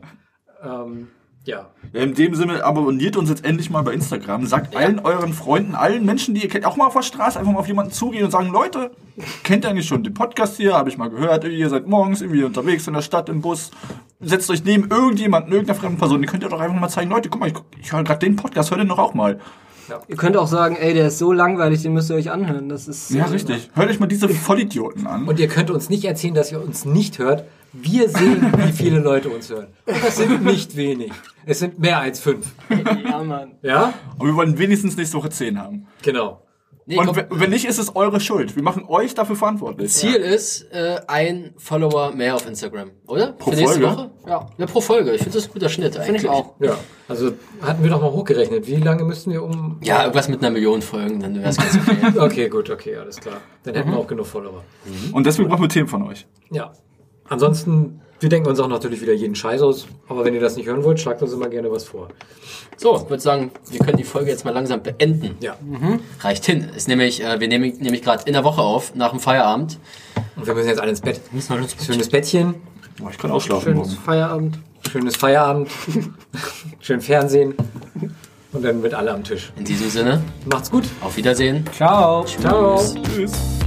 Ja. Ja, in dem Sinne, abonniert uns jetzt endlich mal bei Instagram. Sagt allen euren Freunden, allen Menschen, die ihr kennt, auch mal auf der Straße einfach mal auf jemanden zugehen und sagen, Leute, kennt ihr eigentlich schon den Podcast hier? Habe ich mal gehört. Ihr seid morgens irgendwie unterwegs in der Stadt, im Bus. Setzt euch neben irgendjemanden, irgendeiner fremden Person. Die könnt ihr doch einfach mal zeigen, Leute, guck mal, ich höre gerade den Podcast, hört den doch auch mal. Ihr könnt auch sagen, ey, der ist so langweilig, den müsst ihr euch anhören. Das ist Ja, richtig. Hört euch mal diese Vollidioten an. Und ihr könnt uns nicht erzählen, dass ihr uns nicht hört. Wir sehen, wie viele Leute uns hören. Und das sind nicht wenig. Es sind mehr als 5. Ja, Mann. Ja? Und wir wollen wenigstens nächste Woche 10 haben. Genau. Nee, Und komm, wenn nicht, ist es eure Schuld. Wir machen euch dafür verantwortlich. Ziel ist ein Follower mehr auf Instagram, oder? Pro Für nächste Folge? Woche? Ja, pro Folge. Ich finde das ein guter Schnitt eigentlich. Finde ich auch. Ja. Also hatten wir doch mal hochgerechnet. Wie lange müssten wir um... Ja, irgendwas mit 1 Million Folgen, dann wäre es ganz okay. Okay, gut, okay, alles klar. Dann hätten wir auch genug Follower. Und deswegen brauchen wir Themen von euch. Ja. Ansonsten, wir denken uns auch natürlich wieder jeden Scheiß aus. Aber wenn ihr das nicht hören wollt, schlagt uns immer gerne was vor. So, ich würde sagen, wir können die Folge jetzt mal langsam beenden. Ja. Reicht hin. Ist nämlich, wir nehmen nämlich gerade in der Woche auf, nach dem Feierabend. Und wir müssen jetzt alle ins Bett. Müssen wir uns Schönes Bettchen, Oh, ich kann auch schlafen Schönes morgen. Feierabend. schönes Feierabend, schön Fernsehen und dann mit alle am Tisch. in diesem Sinne, Macht's gut. auf Wiedersehen. Ciao. Ciao. Tschüss.